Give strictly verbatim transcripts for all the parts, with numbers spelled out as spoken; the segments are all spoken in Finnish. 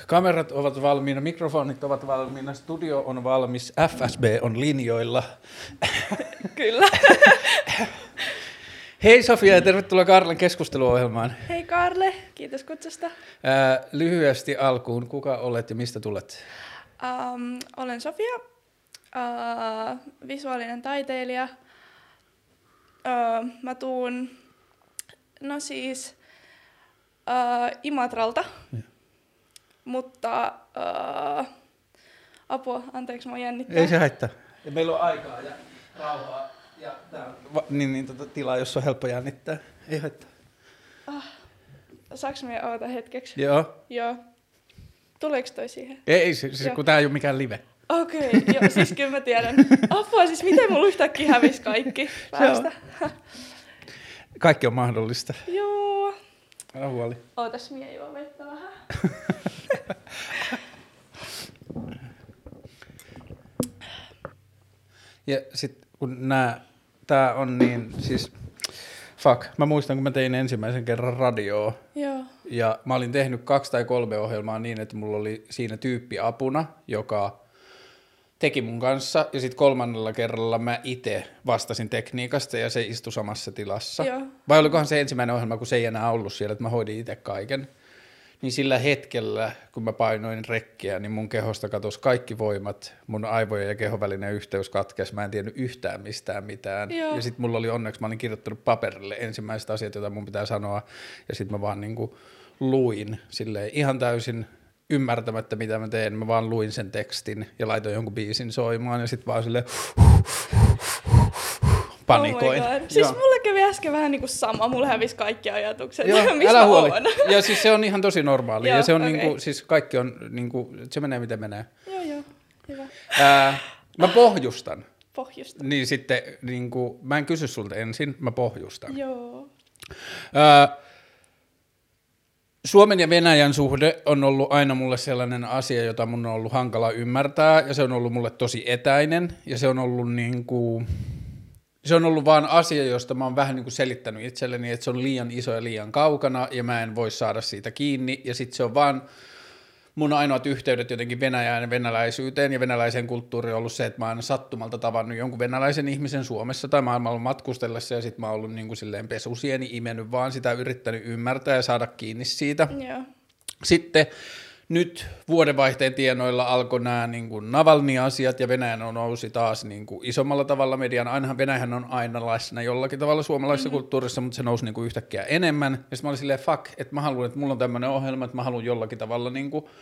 Kamerat ovat valmiina, mikrofonit ovat valmiina, studio on valmis, F S B on linjoilla. Kyllä. Hei Sofia ja tervetuloa Karlen keskusteluohjelmaan. Hei Karle, kiitos kutsusta. Ää, lyhyesti alkuun, kuka olet ja mistä tulet? Um, olen Sofia, uh, visuaalinen taiteilija. Uh, mä tuun, no siis, uh, Imatralta, ja. mutta uh, apua, anteeksi, mä jännittää. Ei se haittaa. Ja meillä on aikaa ja rauhaa ja tää on va- niin, niin, tota, tilaa, jossa on helppo jännittää. Ei haittaa. Ah, saaks me oota hetkeksi? Joo. Joo. Tuleeko toi siihen? Ei, siis kun tää ei ole mikään live. Okei, okay, joo, siis kyllä mä tiedän. Apua, siis miten mulla yhtäkkiä hävisi kaikki päästä? Kaikki on mahdollista. Joo. Älä huoli. Ootas, mie juo vettä vähän. Ja sit kun nää, tää on niin, siis fuck, mä muistan kun mä tein ensimmäisen kerran radioa. Joo. Ja mä olin tehnyt kaksi tai kolme ohjelmaa niin, että mulla oli siinä tyyppi apuna, joka teki mun kanssa. Ja sitten kolmannella kerralla mä itse vastasin tekniikasta ja se istui samassa tilassa. Joo. Vai olikohan se ensimmäinen ohjelma, kun se ei enää ollut siellä, että mä hoidin itse kaiken. Niin sillä hetkellä, kun mä painoin rekkiä, niin mun kehosta katosi kaikki voimat, mun aivojen ja kehon välinen yhteys katkesi, mä en tiennyt yhtään mistään mitään. Joo. Ja sit mulla oli onneksi, mä olin kirjoittanut paperille ensimmäiset asiat, joita mun pitää sanoa, ja sit mä vaan niinku luin silleen ihan täysin ymmärtämättä, mitä mä teen, mä vaan luin sen tekstin ja laitoin jonkun biisin soimaan, ja sit vaan silleen panikoin. Oh siis Joo. mulle kävi äsken vähän niin kuin sama, mulle hävisi kaikki ajatukset, Joo, mistä älä huoli. on. Ja siis se on ihan tosi normaali. Joo, ja se on okay. niinku, siis kaikki on niinku, se menee miten menee. Joo, joo, hyvä. Ää, mä pohjustan. Pohjustan. Niin sitten niinku, mä en kysy sulta ensin, mä pohjustan. Joo. Ää, Suomen ja Venäjän suhde on ollut aina mulle sellainen asia, jota mun on ollut hankala ymmärtää, ja se on ollut mulle tosi etäinen, ja se on ollut niinku, se on ollut vaan asia, josta mä oon vähän niin kuin selittänyt itselleni, että se on liian iso ja liian kaukana, ja mä en voi saada siitä kiinni, ja sit se on vaan mun ainoat yhteydet jotenkin Venäjään ja venäläisyyteen ja venäläiseen kulttuuriin on ollut se, että mä oon aina sattumalta tavannut jonkun venäläisen ihmisen Suomessa tai maailmalla matkustellessa, ja sit mä oon ollut niin kuin silleen pesusieni, imennyt vaan sitä, yrittänyt ymmärtää ja saada kiinni siitä. Joo. Sitten nyt vuodenvaihteen tienoilla alkoi nämä niin kuin Navalny-asiat ja Venäjän on nousi taas niin kuin isommalla tavalla median. Ainahan Venäjän on aina läsnä jollakin tavalla suomalaisessa mm-hmm. kulttuurissa, mutta se nousi niin kuin yhtäkkiä enemmän. Ja sitten mä olin silleen, fuck, että mä haluan, että mulla on tämmöinen ohjelma, että mä haluan jollakin tavalla niin kuin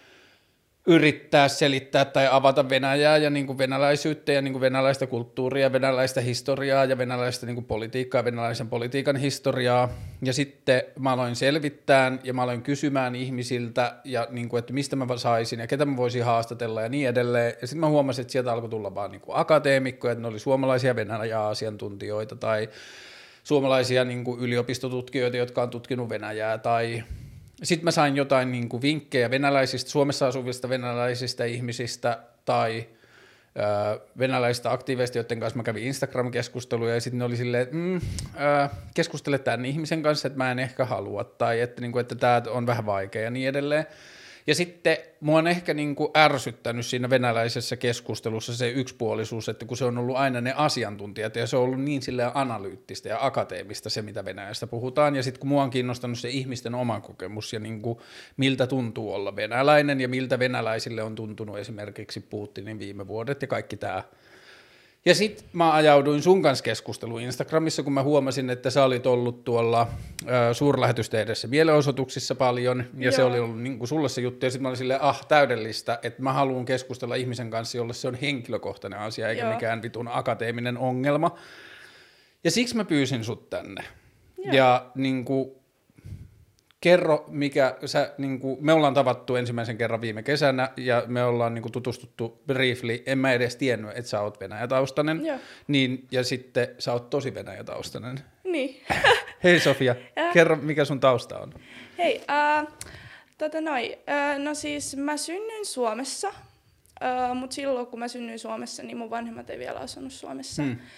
yrittää selittää tai avata Venäjää ja niin kuin venäläisyyttä ja niin kuin venäläistä kulttuuria, venäläistä historiaa ja venäläistä niin kuin politiikkaa, venäläisen politiikan historiaa. Ja sitten mä aloin selvittää ja mä aloin kysymään ihmisiltä, ja niin kuin, että mistä mä saisin ja ketä mä voisin haastatella ja niin edelleen. Ja sitten mä huomasin, että sieltä alkoi tulla vaan niin kuin akateemikkoja, että ne oli suomalaisia Venäjä-asiantuntijoita tai suomalaisia niin kuin yliopistotutkijoita, jotka on tutkinut Venäjää tai sitten mä sain jotain niin kuin vinkkejä venäläisistä, Suomessa asuvista venäläisistä ihmisistä tai ö, venäläisistä aktiiveista, joiden kanssa mä kävin Instagram-keskusteluja, ja sitten ne oli silleen, että mm, ö, keskustele tämän ihmisen kanssa, että mä en ehkä halua, tai että, niin kuin, että tämä on vähän vaikea ja niin edelleen. Ja sitten mua on ehkä niin kuin ärsyttänyt siinä venäläisessä keskustelussa se yksipuolisuus, että kun se on ollut aina ne asiantuntijat ja se on ollut niin silleen analyyttistä ja akateemista se, mitä Venäjästä puhutaan. Ja sitten kun mua on kiinnostanut se ihmisten oma kokemus ja niin kuin miltä tuntuu olla venäläinen ja miltä venäläisille on tuntunut esimerkiksi Putinin viime vuodet ja kaikki tämä. Ja sitten mä ajauduin sun kanssa keskusteluun Instagramissa, kun mä huomasin, että sä olit ollut tuolla ö, suurlähetysten edessä mielenosoituksissa paljon, ja Joo. se oli ollut niin kuin sulle se juttu, ja sitten mä olin silleen, ah, täydellistä, että mä haluan keskustella ihmisen kanssa, jolle se on henkilökohtainen asia, eikä Joo. mikään vitun akateeminen ongelma. Ja siksi mä pyysin sut tänne. Joo. Ja niin kuin, kerro, mikä sä, niin kuin, me ollaan tavattu ensimmäisen kerran viime kesänä ja me ollaan niin kuin, tutustuttu briefly, en mä edes tiennyt, että sä oot venäjätaustainen, niin, ja sitten sä oot tosi venäjätaustainen. Niin. Hei Sofia, kerro mikä sun tausta on. Hei, äh, tota noi, äh, no siis mä synnyin Suomessa, äh, mutta silloin kun mä synnyin Suomessa, niin mun vanhemmat ei vielä asunut Suomessa. Hmm.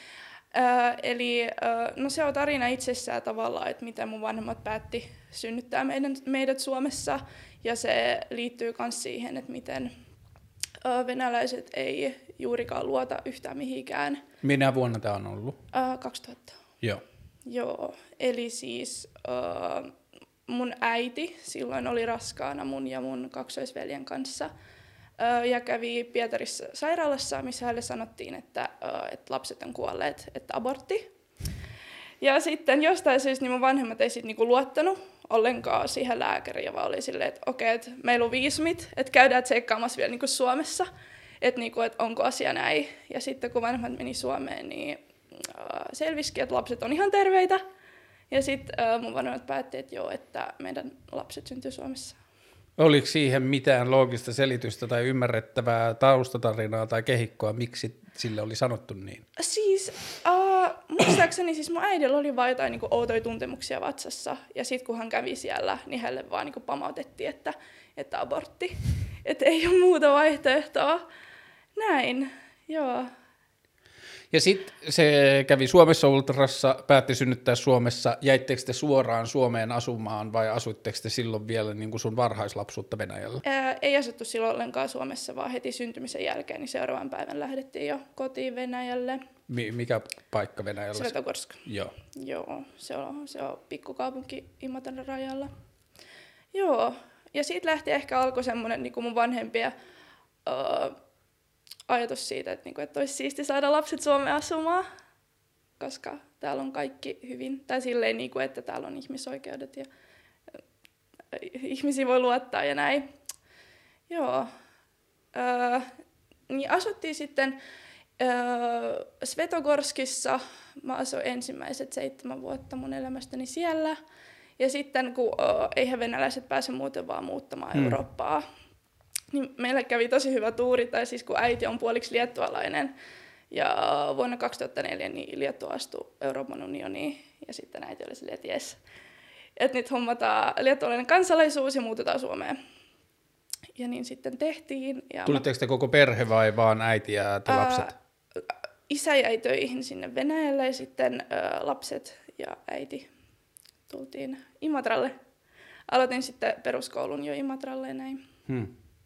Öö, eli öö, no se on tarina itsessään tavallaan, että miten mun vanhemmat päätti synnyttää meidän, meidät Suomessa. Ja se liittyy myös siihen, että miten öö, venäläiset ei juurikaan luota yhtään mihinkään. Minä vuonna tämä on ollut? Öö, kaksituhatta. Joo. Joo, eli siis öö, mun äiti silloin oli raskaana mun ja mun kaksoisveljen kanssa. Ja kävi Pietarissa sairaalassa, missä hänelle sanottiin, että, että lapset on kuolleet, että abortti. Ja sitten jostain syystä niin mun vanhemmat ei sit niinku luottanut ollenkaan siihen lääkäriin, vaan oli silleen, että okei, että meillä on viisumit, että käydään tsekkaamassa vielä niinku Suomessa, että, niinku, että onko asia näin. Ja sitten kun vanhemmat meni Suomeen, niin selvisikin, että lapset on ihan terveitä. Ja sitten mun vanhemmat päätti, että joo, että meidän lapset syntyy Suomessa. Oliko siihen mitään loogista selitystä tai ymmärrettävää taustatarinaa tai kehikkoa, miksi sille oli sanottu niin? Siis uh, muistaakseni siis mun äidillä oli vaan jotain niinku outoja tuntemuksia vatsassa. Ja sitten kun hän kävi siellä, niin hänelle vaan niinku pamautettiin, että, että abortti. Että ei ole muuta vaihtoehtoa. Näin, joo. Ja sitten se kävi Suomessa ultrassa, päätti synnyttää Suomessa. Jäittekö te suoraan Suomeen asumaan vai asuitteko te silloin vielä niin kuin sun varhaislapsuutta Venäjällä? Ää, ei asuttu silloin ollenkaan Suomessa, vaan heti syntymisen jälkeen, niin seuraavan päivän lähdettiin jo kotiin Venäjälle. Mi- mikä paikka Venäjällä? Svetogorsk. Joo. Joo, se on, se on pikkukaupunki Imatran rajalla. Joo, ja siitä lähti ehkä alkoi semmoinen niin kuin mun vanhempia uh, ajatus siitä, että, niinku, että olisi siisti saada lapset Suomeen asumaan, koska täällä on kaikki hyvin. Tai silleen, niinku, että täällä on ihmisoikeudet ja ihmisiä voi luottaa ja näin. Joo. Öö, niin asuttiin sitten öö, Svetogorskissa. Mä asuin ensimmäiset seitsemän vuotta mun elämästäni siellä. Ja sitten, kun öö, eihän venäläiset pääse muuten vaan muuttamaan hmm. Eurooppaa, niin meillä kävi tosi hyvä tuuri, tai siis kun äiti on puoliksi liettualainen, ja vuonna kaksituhattaneljä niin Liettua astui Euroopan unioniin, ja sitten äiti oli silleen, että jes, että nyt hommataan liettualainen kansalaisuus ja muutetaan Suomeen. Ja niin sitten tehtiin. Ja Tulitteko te koko perhe vai vaan äiti ja te lapset? Ää, isä jäi töihin sinne Venäjälle, ja sitten ää, lapset ja äiti tultiin Imatralle. Aloitin sitten peruskoulun jo Imatralle ja näin. Hmm.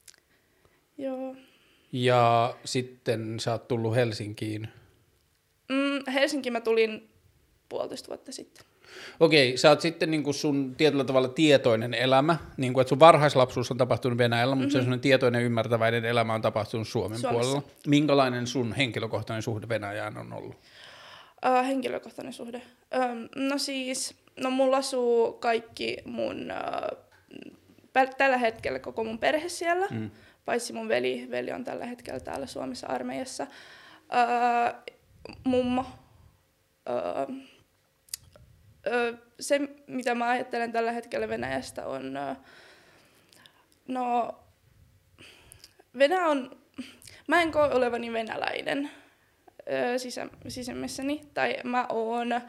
Joo. Ja sitten sä oot tullut Helsinkiin. Mm, Helsinkiin mä tulin puolitoista vuotta sitten. Okei, sä oot sitten niin kuin sun tietyllä tavalla tietoinen elämä, niin kuin, että sun varhaislapsuus on tapahtunut Venäjällä, mutta mm-hmm. se sellainen tietoinen ymmärtäväinen elämä on tapahtunut Suomen Suomessa. puolella. Minkälainen sun henkilökohtainen suhde Venäjään on ollut? Uh, henkilökohtainen suhde? Um, no siis, no mulla asuu kaikki mun, uh, tällä hetkellä koko mun perhe siellä. Mm. Paitsi mun veli, veli on tällä hetkellä täällä Suomessa armeijassa. Öö, mummo. Öö, öö, se, mitä mä ajattelen tällä hetkellä Venäjästä on, öö, no, Venäjä on, mä en koe olevani venäläinen öö, sisä, sisemmässäni, tai mä oon öö,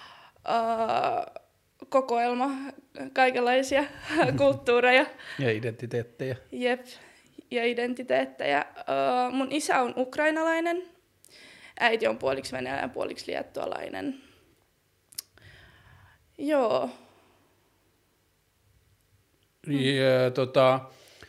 kokoelma kaikenlaisia kulttuureja. Ja identiteettejä. Jep. Ja identiteettejä. Uh, mun isä on ukrainalainen, äiti on puoliksi venäläinen, puoliksi liettualainen. Joo. Ja, tota,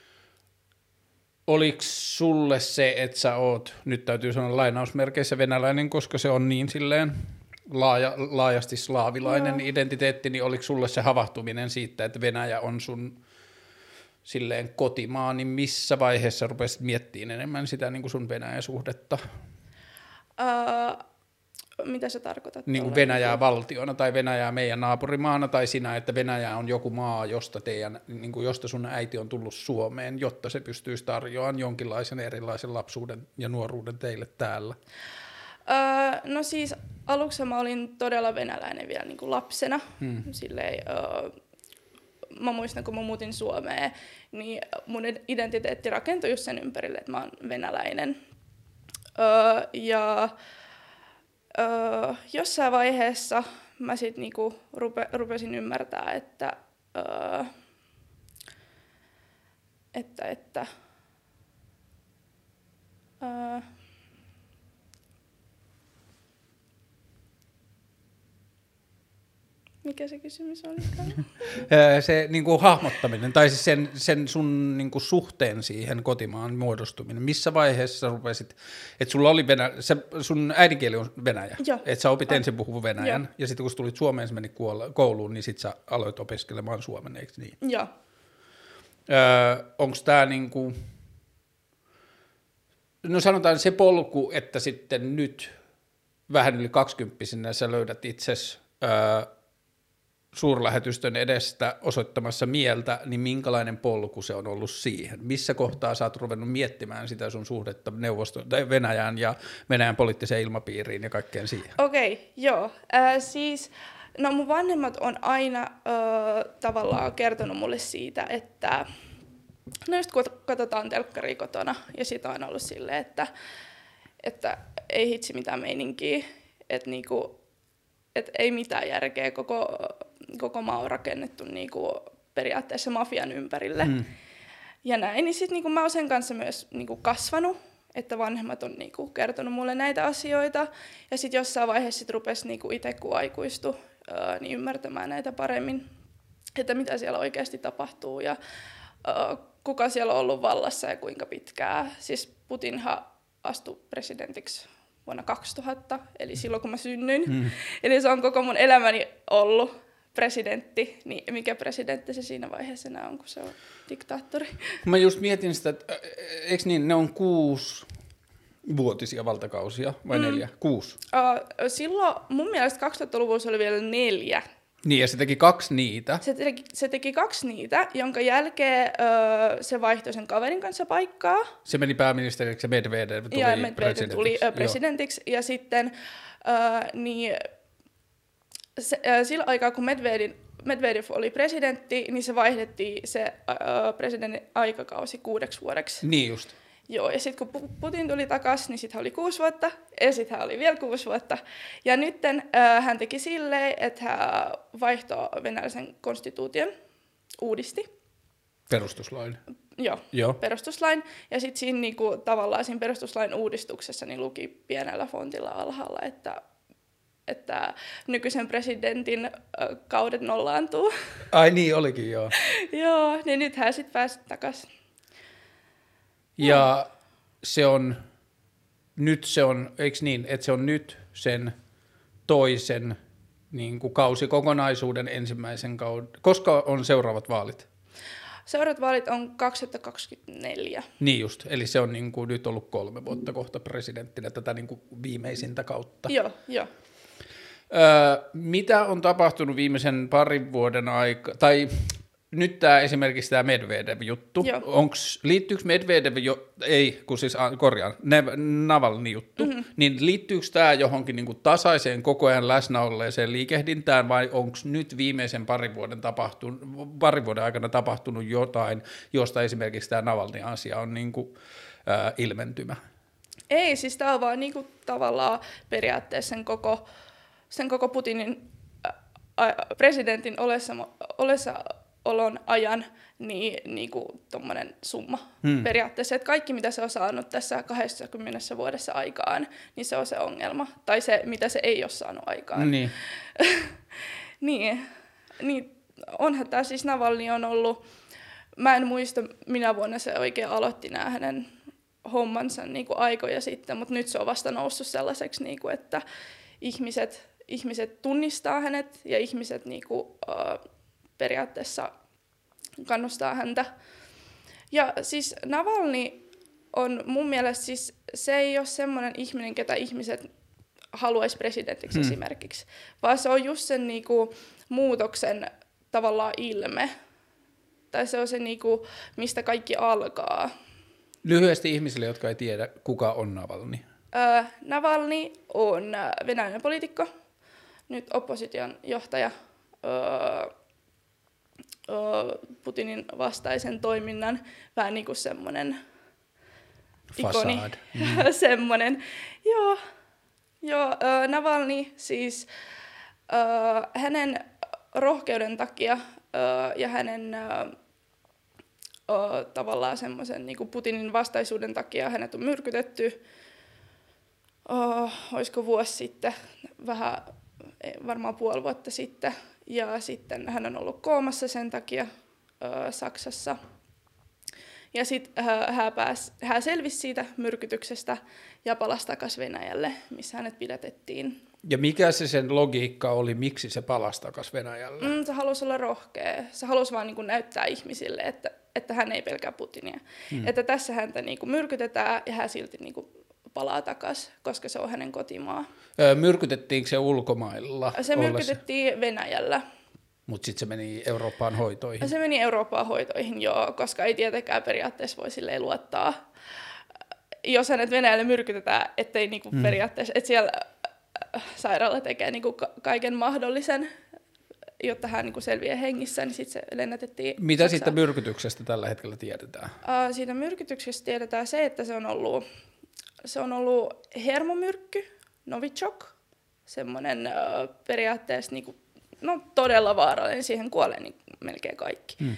oliko sulle se, että sä oot, nyt täytyy sanoa lainausmerkeissä venäläinen, koska se on niin silleen laaja, laajasti slaavilainen Joo. identiteetti, niin oliko sulle se havahtuminen siitä, että Venäjä on sun silleen kotimaa, niin missä vaiheessa rupesit miettimään enemmän sitä niin kuin sun Venäjä-suhdetta? Uh, mitä sä tarkoitat? Niin kuin Venäjää valtiona tai Venäjää meidän naapurimaana tai sinä, että Venäjä on joku maa, josta, teidän, niin kuin josta sun äiti on tullut Suomeen, jotta se pystyisi tarjoamaan jonkinlaisen erilaisen lapsuuden ja nuoruuden teille täällä? Uh, no siis aluksi mä olin todella venäläinen vielä niin kuin lapsena. Hmm. Silleen, uh, mä muistan, kun mä muutin Suomeen, niin mun identiteetti rakentui just sen ympärille, että mä oon venäläinen. Öö, ja öö, jossain vaiheessa mä sit niinku rupe, rupesin ymmärtää, että, öö, että, että öö, Mikä se kysymys olikaan? Se niin kuin hahmottaminen, tai siis sen, sen sun niin kuin suhteen siihen kotimaan muodostuminen. Missä vaiheessa sä rupesit, että sulla oli venä, se, sun äidinkieli on venäjä, että sä opit ensin puhua venäjän, Joo. ja sitten kun sä tulit Suomeen, sä menit kouluun, niin sitten sä aloit opiskelemaan suomen, eikö niin? Joo. Öö, onko tämä niinku, no sanotaan se polku, että sitten nyt vähän yli kaksikymppisenä sä löydät itsesi öö, suurlähetystön edestä osoittamassa mieltä, niin minkälainen polku se on ollut siihen? Missä kohtaa sä oot ruvennut miettimään sitä sun suhdetta Neuvosto- tai Venäjään ja Venäjän poliittiseen ilmapiiriin ja kaikkeen siihen? Okei, okay, joo. Äh, siis, no mun vanhemmat on aina äh, tavallaan kertonut mulle siitä, että no just kun katsotaan telkkaria kotona, ja siitä on ollut silleen, että, että ei hitsi mitään meininkiä, että niinku, et ei mitään järkeä, koko, koko maa on rakennettu niinku periaatteessa mafian ympärille. Mm. Ja näin, niin sitten niinku mä oon sen kanssa myös niinku kasvanut, että vanhemmat on niinku kertonut mulle näitä asioita, ja sitten jossain vaiheessa sit rupesi niinku itse kun aikuistui, ää, niin ymmärtämään näitä paremmin, että mitä siellä oikeasti tapahtuu, ja ää, kuka siellä on ollut vallassa ja kuinka pitkään. Siis Putinhan astui presidentiksi vuonna kaksituhatta, eli silloin kun mä synnyin. Mm. Eli se on koko mun elämäni ollut presidentti. Niin mikä presidentti se siinä vaiheessa enää on, kun se on diktaattori? Mä just mietin sitä, että eikö niin, ne on kuusi vuotisia valtakausia vai mm. neljä? Kuusi. Uh, silloin mun mielestä kaksituhattaluvulla se oli vielä neljä. Niin, ja se teki kaksi niitä. Se teki, se teki kaksi niitä, jonka jälkeen öö, se vaihtoi sen kaverin kanssa paikkaa. Se meni pääministeriksi ja Medvedev tuli ja Medvedev presidentiksi. tuli ö, presidentiksi. Ja sitten öö, niin, se, ö, sillä aikaa, kun Medvedev, Medvedev oli presidentti, niin se vaihdettiin se öö, presidentin aikakausi kuudeksi vuodeksi. Niin just. Joo, ja sitten kun Putin tuli takaisin, niin sitten hän oli kuusi vuotta, ja sitten hän oli vielä kuusi vuotta. Ja nyt äh, hän teki silleen, että hän vaihtoi venäläisen konstituution, uudisti. Perustuslain. Joo, Joo. perustuslain. Ja sitten siinä niinku, tavallaan siinä perustuslain uudistuksessa niin luki pienellä fontilla alhaalla, että, että nykyisen presidentin äh, kaudet nollaantuu. Ai niin, olikin joo. Joo, niin nyt hän sitten pääsi takaisin. Ja se on, nyt se on, eikö niin, että se on nyt sen toisen niin kuin kausikokonaisuuden ensimmäisen kauden. Koska on seuraavat vaalit? Seuraavat vaalit on kaksituhattakaksikymmentäneljä. Niin just, eli se on niin kuin nyt ollut kolme vuotta kohta presidenttinä tätä niin kuin viimeisintä kautta. Joo, joo. Öö, mitä on tapahtunut viimeisen parin vuoden aikaa, tai nyt tämä esimerkiksi tämä Medvedev-juttu, onks, liittyykö Medvedev, jo, ei kun siis korjaan, Navalny-juttu, mm-hmm. niin liittyykö tämä johonkin niinku tasaiseen koko ajan läsnä olleeseen liikehdintään vai onko nyt viimeisen parin vuoden, tapahtunut, parin vuoden aikana tapahtunut jotain, josta esimerkiksi tämä Navalny-asia on niinku, äh, ilmentymä? Ei, siis tämä on vaan niinku tavallaan periaatteessa sen koko, sen koko Putinin äh, äh, presidentin olessa, olessa olon ajan niin, niin kuin tommonen summa hmm. periaatteessa, että kaikki mitä se on saanut tässä kaksikymmentä vuodessa aikaan, niin se on se ongelma, tai se mitä se ei ole saanut aikaan. Niin. niin, niin onhan tämä siis Navalny on ollut, mä en muista minä vuonna se oikein aloitti nämä hänen hommansa niin kuin aikoja sitten, mutta nyt se on vasta noussut sellaiseksi, niin kuin, että ihmiset, ihmiset tunnistaa hänet ja ihmiset niin kuin, uh, periaatteessa kannustaa häntä. Ja siis Navalny on mun mielestä siis, se ei ole semmoinen ihminen, ketä ihmiset haluaisi presidentiksi hmm. esimerkiksi, vaan se on just sen niinku muutoksen tavallaan ilme. Tai se on se, niinku, mistä kaikki alkaa. Lyhyesti ihmisille, jotka ei tiedä, kuka on Navalny. Öö, Navalny on venäläinen poliitikko, nyt opposition johtaja, öö, Putinin vastaisen toiminnan vähän niin kuin semmoinen ikoni. Mm. semmoinen. Joo, joo äh, Navalny siis äh, hänen rohkeuden takia äh, ja hänen äh, äh, tavallaan semmoisen niin kuin Putinin vastaisuuden takia hänet on myrkytetty. Äh, olisiko vuosi sitten, vähän varmaan puoli vuotta sitten. ja sitten hän on ollut koomassa sen takia ö, Saksassa. Ja sitten hän, hän selvisi siitä myrkytyksestä ja palasi takaisin Venäjälle, missä hänet pidätettiin. Ja mikä se sen logiikka oli, miksi se palasi takaisin Venäjälle? Mm, se halusi olla rohkea. Se halusi vaan niin kuin näyttää ihmisille, että, että hän ei pelkää Putinia. Hmm. Että tässä häntä niin kuin myrkytetään ja hän silti niin kuin palaa takaisin, koska se on hänen kotimaa. Öö, myrkytettiinkö se ulkomailla? Se myrkytettiin Venäjällä. Mutta sitten se meni Eurooppaan hoitoihin? Se meni Eurooppaan hoitoihin, joo, koska ei tietenkään periaatteessa voi silleen luottaa. Jos hänet Venäjälle myrkytetään, ettei niinku hmm. periaatteessa, että siellä sairaala tekee niinku kaiken mahdollisen, jotta hän niinku selviää hengissä, niin sitten se lennätettiin Mitä Saksaan. siitä myrkytyksestä tällä hetkellä tiedetään? Uh, siitä myrkytyksestä tiedetään se, että se on ollut, se on ollut hermomyrkky, Novichok, semmoinen uh, periaatteessa niinku, no, todella vaarallinen, siihen kuolee niin melkein kaikki. Hmm.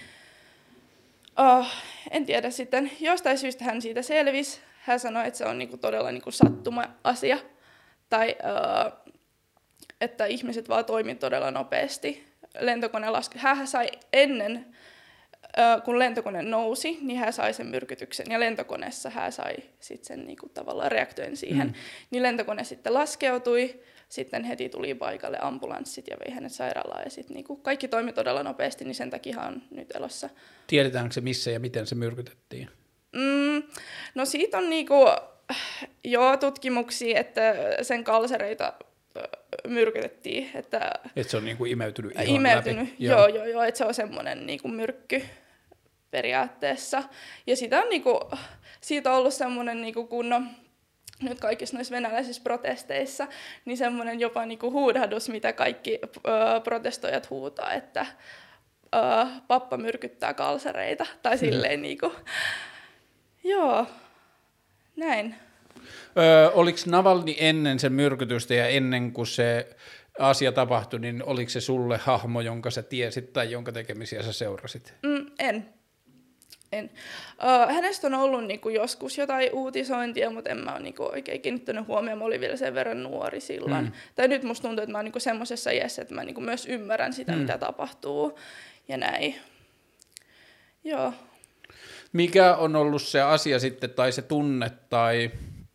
Uh, en tiedä sitten, jostain syystä hän siitä selvisi. Hän sanoi, että se on niinku todella niinku sattuma-asia, tai uh, että ihmiset vaan toimivat todella nopeasti. Lentokone laski. Hän sai ennen, uh, kun lentokone nousi, niin hän sai sen myrkytyksen, ja lentokoneessa hän sai sitten sen niinku tavallaan reaktoin siihen. Hmm. Niin lentokone sitten laskeutui. Sitten heti tuli paikalle ambulanssit ja vei hänet sairaalaan ja sitten niinku kaikki toimi todella nopeasti, niin sen takia hän on nyt elossa. Tiedetäänkö se missä ja miten se myrkytettiin? Mm, no siitä on niinku, joo, tutkimuksia, että sen kalsareita myrkytettiin. Että et se on niinku imeytynyt ihon imeytynyt, läpi? Joo, joo, joo, joo, että se on semmoinen niinku myrkky periaatteessa. Ja siitä on, niinku, siitä on ollut semmoinen niinku kunnon, nyt kaikissa noissa venäläisissä protesteissa, niin semmoinen jopa niinku huudahdus, mitä kaikki ö, protestoijat huutaa, että ö, pappa myrkyttää kalsareita, tai silleen niinku, joo, näin. Öö, oliko Navalny ennen sen myrkytystä ja ennen kuin se asia tapahtui, niin oliko se sulle hahmo, jonka sä tiesit tai jonka tekemisiä sä seurasit? Mm, en. En. Uh, hänestä on ollut niinku joskus jotain uutisointia, mutta en mä ole niinku oikein kiinnittänyt huomioon. Mä olin vielä sen verran nuori silloin. Mm. Tai nyt musta tuntuu, että mä oon niinku semmoisessa iässä, että mä niinku myös ymmärrän sitä, mm. mitä tapahtuu ja näin. Joo. Mikä on ollut se asia sitten, tai se tunne, tai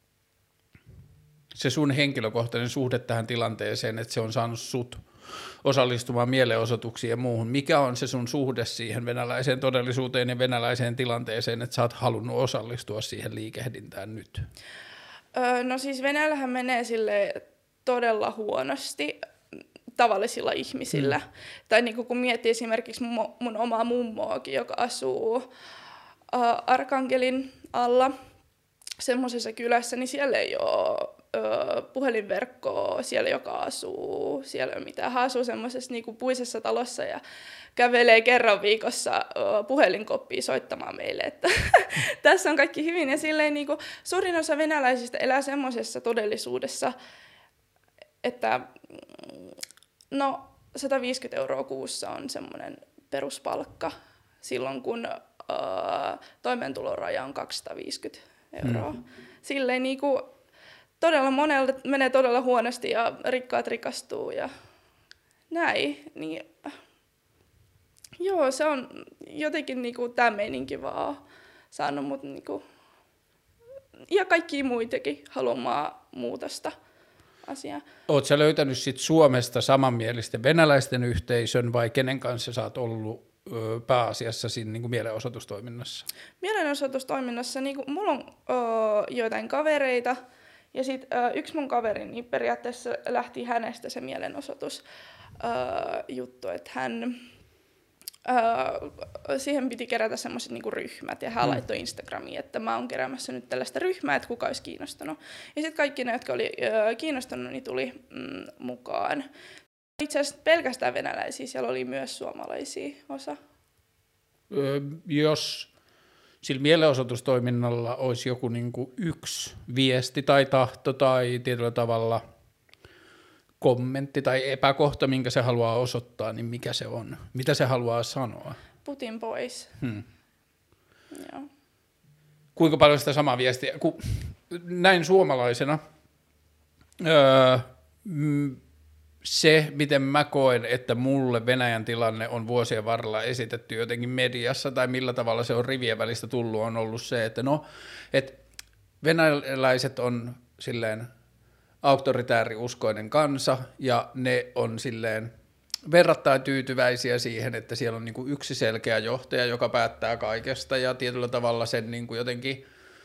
se sun henkilökohtainen suhde tähän tilanteeseen, että se on saanut sut osallistumaan mielenosoituksiin ja muuhun. Mikä on se sun suhde siihen venäläiseen todellisuuteen ja venäläiseen tilanteeseen, että sä oot halunnut osallistua siihen liikehdintään nyt? Öö, no siis Venäjällähän menee sille todella huonosti tavallisilla ihmisillä. Mm. Tai niin kun miettii esimerkiksi mun, mun omaa mummoakin, joka asuu äh, Arkangelin alla semmoisessa kylässä, niin siellä ei ole Öö, puhelinverkkoa, siellä joka asuu, siellä ei ole mitään. Hän asuu semmoisessa niinku puisessa talossa ja kävelee kerran viikossa öö, puhelinkoppiin soittamaan meille, että tässä on kaikki hyvin. Ja silleen niinku, suurin osa venäläisistä elää semmoisessa todellisuudessa, että no sataviisikymmentä euroa kuussa on semmoinen peruspalkka silloin, kun öö, toimeentuloraja on kaksisataaviisikymmentä euroa. Hmm. Silleen niinku todella monelle menee todella huonosti ja rikkaat rikastuu ja näin. Niin, joo, se on jotenkin niinku tämä meininki vaan saanut mut niinku, ja kaikkia muitakin haluamaan muutosta asiaa. Oot sä löytänyt sit Suomesta samanmielisten venäläisten yhteisön vai kenen kanssa sä oot ollut ö, pääasiassa siinä niinku mielenosoitustoiminnassa? Mielenosoitustoiminnassa niinku, mulla on ö, joitain kavereita. Ja sitten äh, yksi mun kaveri, niin periaatteessa lähti hänestä se mielenosoitus äh, juttu, että hän, äh, siihen piti kerätä semmoiset niinku ryhmät, ja hän mm. laittoi Instagramiin, että mä oon keräämässä nyt tällaista ryhmää, että kuka olisi kiinnostunut. Ja sitten kaikki ne, jotka oli äh, kiinnostunut, niin tuli mm, mukaan. Itse asiassa pelkästään venäläisiä, siellä oli myös suomalaisia osa. Öö, jos sillä mielenosoitustoiminnalla olisi joku niin kuin yksi viesti tai tahto tai tietyllä tavalla kommentti tai epäkohta, minkä se haluaa osoittaa, niin mikä se on? Mitä se haluaa sanoa? Putin pois. Hmm. Joo. Kuinka paljon sitä samaa viestiä? Kun näin suomalaisena, öö, se, miten mä koen, että mulle Venäjän tilanne on vuosien varrella esitetty jotenkin mediassa tai millä tavalla se on rivien välistä tullut, on ollut se, että no, että venäläiset on silleen auktoritääriuskoinen kansa ja ne on silleen verrattain tyytyväisiä siihen, että siellä on niinku yksi selkeä johtaja, joka päättää kaikesta ja tietyllä tavalla sen niinku jotenkin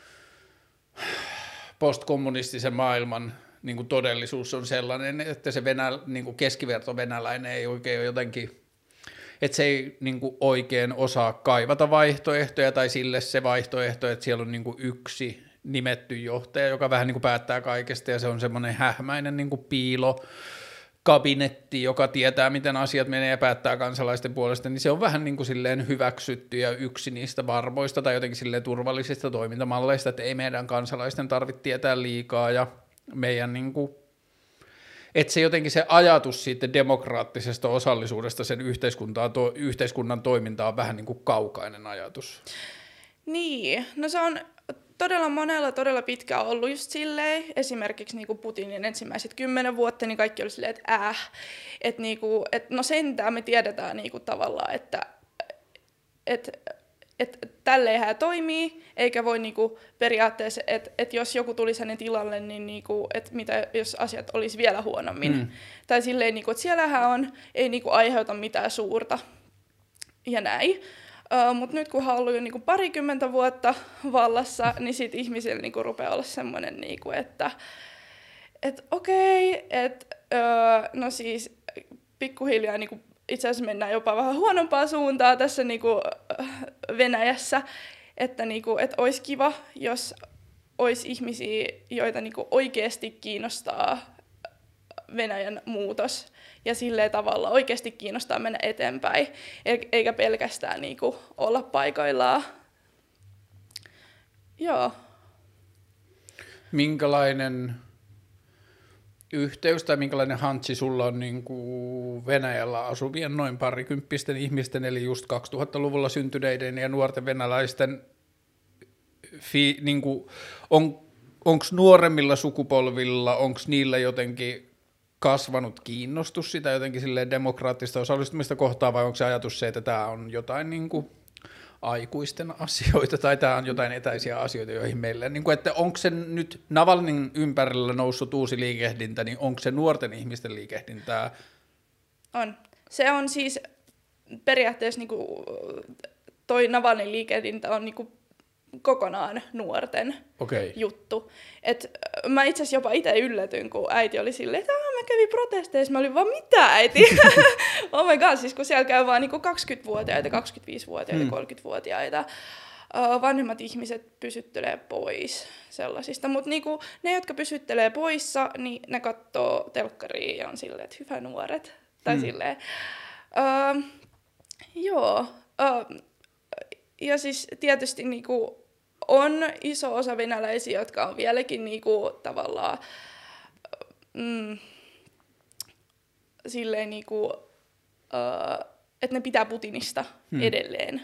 postkommunistisen maailman niin kuin todellisuus on sellainen, että se venä, niin kuin keskiverto venäläinen ei oikein ole jotenkin, että se ei niin kuin oikein osaa kaivata vaihtoehtoja tai sille se vaihtoehto, että siellä on niin kuin yksi nimetty johtaja, joka vähän niin kuin päättää kaikesta ja se on semmoinen hähmäinen niin kuin piilo kabinetti, joka tietää, miten asiat menee ja päättää kansalaisten puolesta, niin se on vähän niin kuin silleen hyväksytty ja yksi niistä varmoista tai jotenkin silleen turvallisista toimintamalleista, että ei meidän kansalaisten tarvitse tietää liikaa ja meidän niin kuin, että se jotenkin se ajatus siitä demokraattisesta osallisuudesta sen yhteiskuntaan, to, yhteiskunnan toimintaan on vähän niin kuin kaukainen ajatus. Niin, no se on todella monella todella pitkään ollut just silleen, esimerkiksi niin kuin Putinin ensimmäiset kymmenen vuotta, niin kaikki oli silleen, että äh, että niinku, et no sentään me tiedetään niinku tavallaan, että et, et, tälleen hän toimii, eikä voi niinku periaatteessa, että et jos joku tulisi hänen tilalle, niin niinku, että mitä jos asiat olisi vielä huonommin. Mm. Tai silleen, niinku, että siellähän on, ei niinku aiheuta mitään suurta ja näin. Uh, Mutta nyt kun hän on ollut jo niinku parikymmentä vuotta vallassa, niin sit ihmisillä niinku rupeaa olla semmoinen, niinku, että et okei, että uh, no siis pikkuhiljaa niinku itse asiassa mennään jopa vähän huonompaa suuntaa tässä niinku, uh, Venäjässä, että niinku, et olisi kiva, jos olisi ihmisiä, joita niinku oikeasti kiinnostaa Venäjän muutos ja silleen tavalla oikeasti kiinnostaa mennä eteenpäin, eikä pelkästään niinku olla paikoillaan. Joo. Minkälainen yhteys tai minkälainen hantsi sulla on niinku Venäjällä asuvien noin parikymppisten ihmisten, eli just kaksituhattaluvulla syntyneiden ja nuorten venäläisten, fi, niinku, on, onko nuoremmilla sukupolvilla, onko niillä jotenkin kasvanut kiinnostus sitä jotenkin silleen demokraattista osallistumista kohtaan, vai onko se ajatus se, että tämä on jotain niin kuin aikuisten asioita, tai tämä on jotain etäisiä asioita, joihin meille, niin kuin, että onko se nyt Navalnin ympärillä noussut uusi liikehdintä, niin onko se nuorten ihmisten liikehdintää? On. Se on siis periaatteessa niin kuin, toi Navalnin liikehdintä on niin kuin kokonaan nuorten okay. juttu. Et mä itse asiassa jopa itse yllätyin, kun äiti oli silleen, että mä kävin protesteissa. Mä olin vaan, mitä äiti? Oh my god, siis kun siellä käy vaan niinku kaksikymmentävuotiaita, kaksikymmentäviisivuotiaita, hmm. kolmekymmentävuotiaita. Uh, vanhemmat ihmiset pysyttelee pois sellaisista. Mutta niinku, ne, jotka pysyttelee poissa, niin ne katsoo telkkaria ja on silleen, että hyvä nuoret. Tai hmm. silleen. Uh, joo. Uh, ja siis tietysti niinku on iso osa venäläisiä, jotka on vieläkin niinku tavallaan mm, silleen niinku, uh, että ne pitää Putinista hmm. edelleen.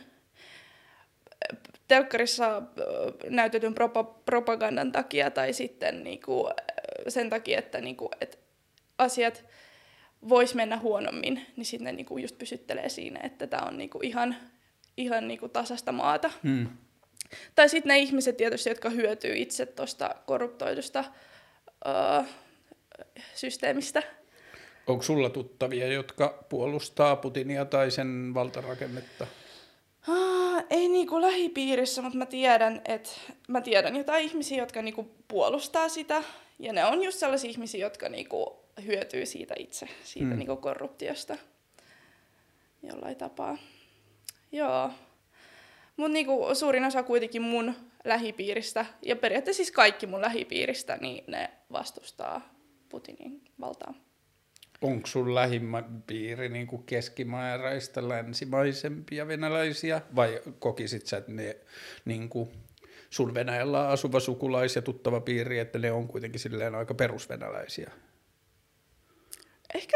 Telkkarissa uh, näytetyn propa- propagandan takia tai sitten niinku, sen takia, että niinku, et asiat vois mennä huonommin, niin sitten ne niinku just pysyttelee siinä, että tämä on niinku ihan, ihan niinku tasasta maata. Hmm. Tai sitten ne ihmiset tietysti, jotka hyötyy itse tuosta korruptoidusta uh, systeemistä. Onko sulla tuttavia, jotka puolustaa Putinia tai sen valtarakennetta? Ah, ei niinku lähipiirissä, mutta mä tiedän, että mä tiedän jotain ihmisiä, jotka niinku puolustaa sitä. Ja ne on just sellaisia ihmisiä, jotka niinku hyötyy siitä itse, siitä hmm. niinku korruptiosta jollain tapaa. Joo. Mutta niinku suurin osa kuitenkin mun lähipiiristä, ja periaatteessa siis kaikki mun lähipiiristä, niin ne vastustaa Putinin valtaa. Onko sun lähipiiri niinku keskimääräistä länsimaisempia venäläisiä, vai kokisit sä, että ne niinku sun Venäjällä asuva sukulais- ja tuttava piiri, että ne on kuitenkin silleen aika perusvenäläisiä? Ehkä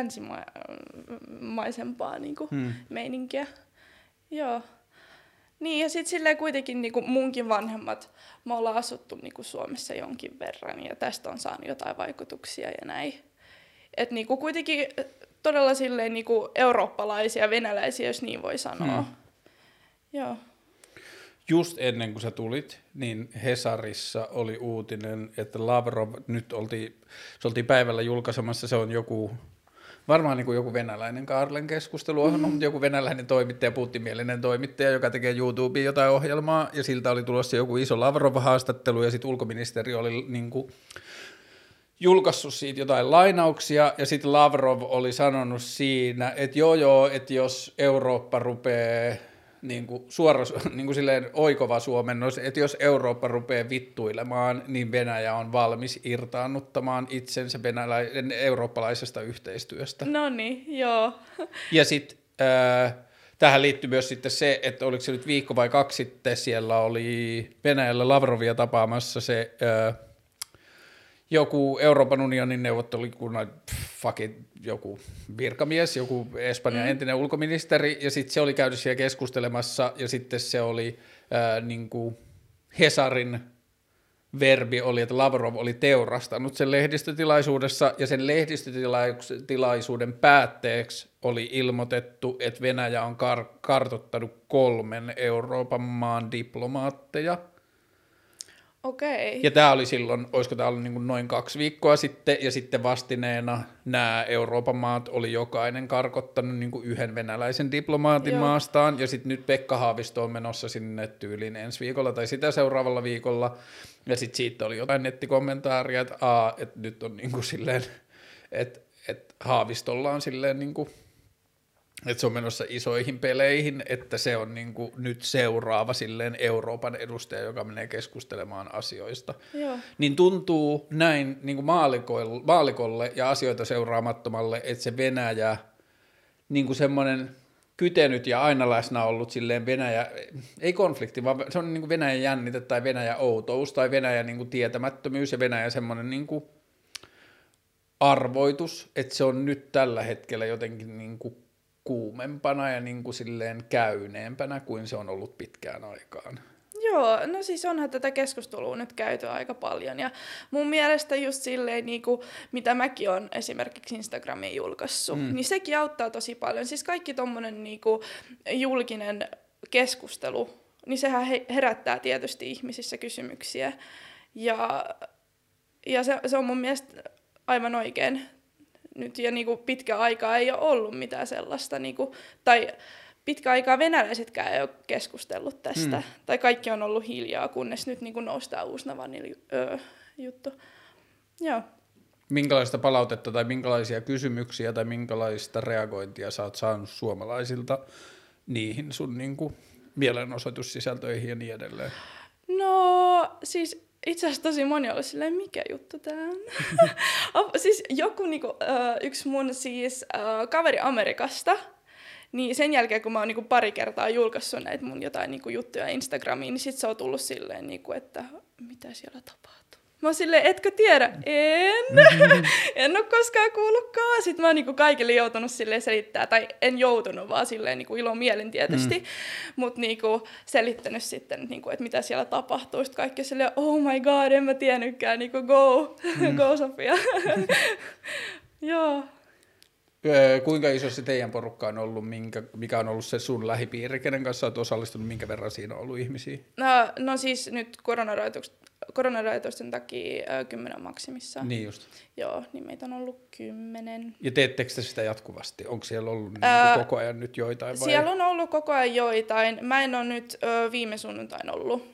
länsimaisempaa niinku hmm. meininkiä. Joo. Niin, ja sitten silleen kuitenkin niinku munkin vanhemmat, me ollaan asuttu niinku Suomessa jonkin verran, ja tästä on saanut jotain vaikutuksia ja näin. et niinku kuitenkin todella silleen niinku eurooppalaisia, venäläisiä, jos niin voi sanoa. Hmm. Joo. Just ennen kuin sä tulit, niin Hesarissa oli uutinen, että Lavrov, nyt oltiin, se oltiin päivällä julkaisemassa, se on joku, varmaan niin kuin joku venäläinen Kaarlen keskusteluohjelma, mm-hmm. mutta joku venäläinen toimittaja, putinmielinen toimittaja, joka tekee YouTubeen jotain ohjelmaa, ja siltä oli tulossa joku iso Lavrov-haastattelu, ja sitten ulkoministeri oli niin kuin julkaissut siitä jotain lainauksia, ja sitten Lavrov oli sanonut siinä, että joo joo, että jos Eurooppa rupeaa niin kuin suora, niin kuin silleen oikova suomennos, että jos Eurooppa rupeaa vittuilemaan, niin Venäjä on valmis irtaannuttamaan itsensä venälä- eurooppalaisesta yhteistyöstä. No niin, joo. Ja sitten äh, tähän liittyy myös sitten se, että oliko se nyt viikko vai kaksi sitten, siellä oli Venäjällä Lavrovia tapaamassa se äh, joku Euroopan unionin neuvottelukunnan fucking joku virkamies, joku Espanjan mm. entinen ulkoministeri, ja sitten se oli käynyt siellä keskustelemassa, ja sitten se oli ää, niinku Hesarin verbi oli, että Lavrov oli teurastanut sen lehdistötilaisuudessa, ja sen lehdistötilaisuuden päätteeksi oli ilmoitettu, että Venäjä on kar- kartoittanut kolmen Euroopan maan diplomaatteja. Okei. Ja tämä oli silloin, olisiko tämä ollut niin kuin noin kaksi viikkoa sitten, ja sitten vastineena nämä Euroopan maat oli jokainen karkottanut niin kuin yhden venäläisen diplomaatin Joo. maastaan, ja sitten nyt Pekka Haavisto on menossa sinne tyyliin ensi viikolla tai sitä seuraavalla viikolla, ja sitten siitä oli jotain nettikommentaaria, että, aa, että nyt on niin kuin silleen, että, että Haavistolla on silleen niin kuin, että se on menossa isoihin peleihin, että se on niin kuin nyt seuraava silleen Euroopan edustaja, joka menee keskustelemaan asioista. Joo. Niin tuntuu näin niin kuin maalikolle, maalikolle ja asioita seuraamattomalle, että se Venäjä, niin kuin semmoinen kytenyt ja aina läsnä ollut silleen Venäjä, ei konflikti, vaan se on niin kuin Venäjän jännite tai Venäjä outous tai Venäjä niin kuin tietämättömyys ja Venäjä semmoinen niin kuin arvoitus, että se on nyt tällä hetkellä jotenkin niin kuin kuumempana ja niin kuin silleen käyneempänä kuin se on ollut pitkään aikaan. Joo, no siis onhan tätä keskustelua nyt käyty aika paljon ja mun mielestä just silleen niin kuin, mitä mäkin on esimerkiksi Instagramiin julkaissut, mm. niin sekin auttaa tosi paljon. Siis kaikki tommonen niin kuin julkinen keskustelu, niin sehän herättää tietysti ihmisissä kysymyksiä ja, ja se, se on mun mielestä aivan oikein. Nyt ja niinku pitkä aikaa ei ole ollut mitään sellaista, niinku, tai pitkä aikaa venäläisetkään ei ole keskustellut tästä, mm. tai kaikki on ollut hiljaa, kunnes nyt niinku noustaan uusi Navalnyin öö, juttu. Joo. Minkälaista palautetta tai minkälaisia kysymyksiä tai minkälaista reagointia sä oot saanut suomalaisilta niihin sun niinku mielenosoitussisältöihin ja niin edelleen? No siis itse asiassa tosi moni oli silleen, mikä juttu tää on? Siis joku niinku, uh, yksi mun siis uh, kaveri Amerikasta, niin sen jälkeen kun mä oon niinku pari kertaa julkaissut näitä mun jotain niinku juttuja Instagramiin, niin sit se on tullut silleen, niinku, että mitä siellä tapahtuu. Mä oon silleen, etkö tiedä? En. En oo koskaan kuullutkaan. Sitten mä oon niinku kaikille joutunut silleen selittää, tai en joutunut, vaan silleen niinku ilomielin tietysti, mm. mutta niinku selittänyt sitten, niinku, että mitä siellä tapahtuu. Sitten kaikki on silleen, oh my god, en mä tiennytkään, niinku go, mm. go Sofia. Joo. Kuinka iso se teidän porukka on ollut, minkä, mikä on ollut se sun lähipiiri, kenen kanssa olet osallistunut, minkä verran siinä on ollut ihmisiä? No, no siis nyt koronarajoitusten takia äh, kymmenen maksimissaan. Niin just. Joo, niin meitä on ollut kymmenen. Ja teettekö te sitä jatkuvasti? Onko siellä ollut niin Ää, koko ajan nyt joitain vai? Siellä on ollut koko ajan joitain. Mä en ole nyt ö, viime sunnuntain ollut.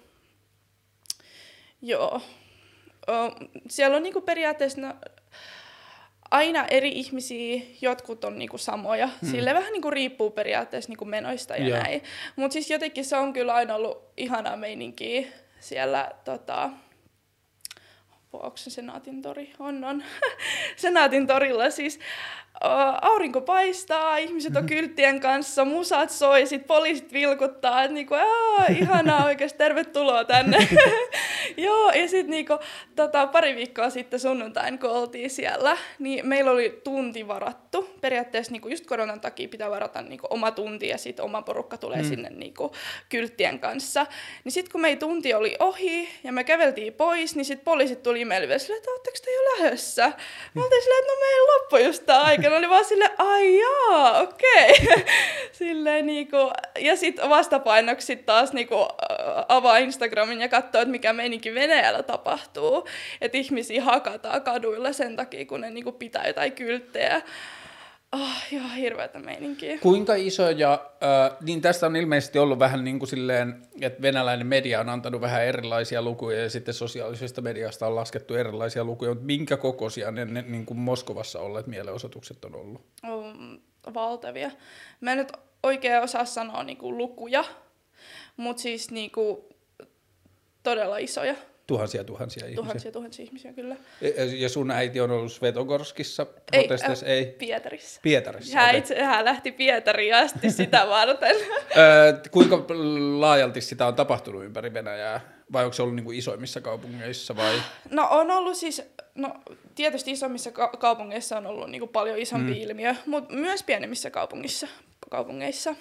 Joo. Ö, siellä on niinku periaatteessa no, aina eri ihmisiä, jotkut on niinku samoja. Hmm. Sille vähän niinku riippuu periaatteessa niinku menoista ja, ja. näin. Mutta siis jotenkin se on kyllä aina ollut ihanaa meininkiä siellä, tota, onko se Senaatin tori? On, on. Senaatin torilla siis uh, aurinko paistaa, ihmiset on kylttien kanssa, musat soi, sit poliisit vilkuttaa, että niinku, aah, ihanaa oikeasti, tervetuloa tänne. Joo, ja sitten niinku, tota, pari viikkoa sitten sunnuntain, kun oltiin siellä, niin meillä oli tunti varattu. Periaatteessa niinku, just koronan takia pitää varata niinku, oma tunti ja sitten oma porukka tulee hmm. sinne niinku, kylttien kanssa. Niin sitten kun meidän tunti oli ohi ja me käveltiin pois, niin sitten poliisit tuli meille silleen, että ootteko te jo lähdössä? Me oltiin silleen, että no meillä loppui just tää aika. Ne oli vaan silleen, ai jaa, okei. Okay. Silleen niinku, ja sitten vastapainoksi sit taas niinku, avaa Instagramin ja katsoo, että mikä meininki Venäjällä tapahtuu. Että ihmisiä hakataan kaduilla sen takia, kun ne niinku pitää jotain kylttejä. Oh, joo, hirveätä meininkiä. Kuinka isoja, äh, niin tästä on ilmeisesti ollut vähän niin kuin silleen, että venäläinen media on antanut vähän erilaisia lukuja ja sitten sosiaalisesta mediasta on laskettu erilaisia lukuja, mutta minkä kokoisia ne, ne niin kuin Moskovassa olleet mielenosoitukset on ollut? On valtavia. Mä en nyt oikein osaa sanoa niinku lukuja, mutta siis niinku todella isoja. Tuhansia tuhansia ihmisiä. Tuhansia tuhansia ihmisiä, kyllä. Ja sun äiti on ollut Svetogorskissa protesteissa? Ei, Ei. Äh, Pietarissa. Pietarissa, hän, okay. itse, hän lähti Pietariin asti sitä varten. Kuinka laajalti sitä on tapahtunut ympäri Venäjää? Vai onko se ollut niinku isoimmissa kaupungeissa? Vai? No on ollut siis, no tietysti isommissa ka- kaupungeissa on ollut niinku paljon isompi mm. ilmiö, mutta myös pienemmissä kaupungissa, kaupungeissa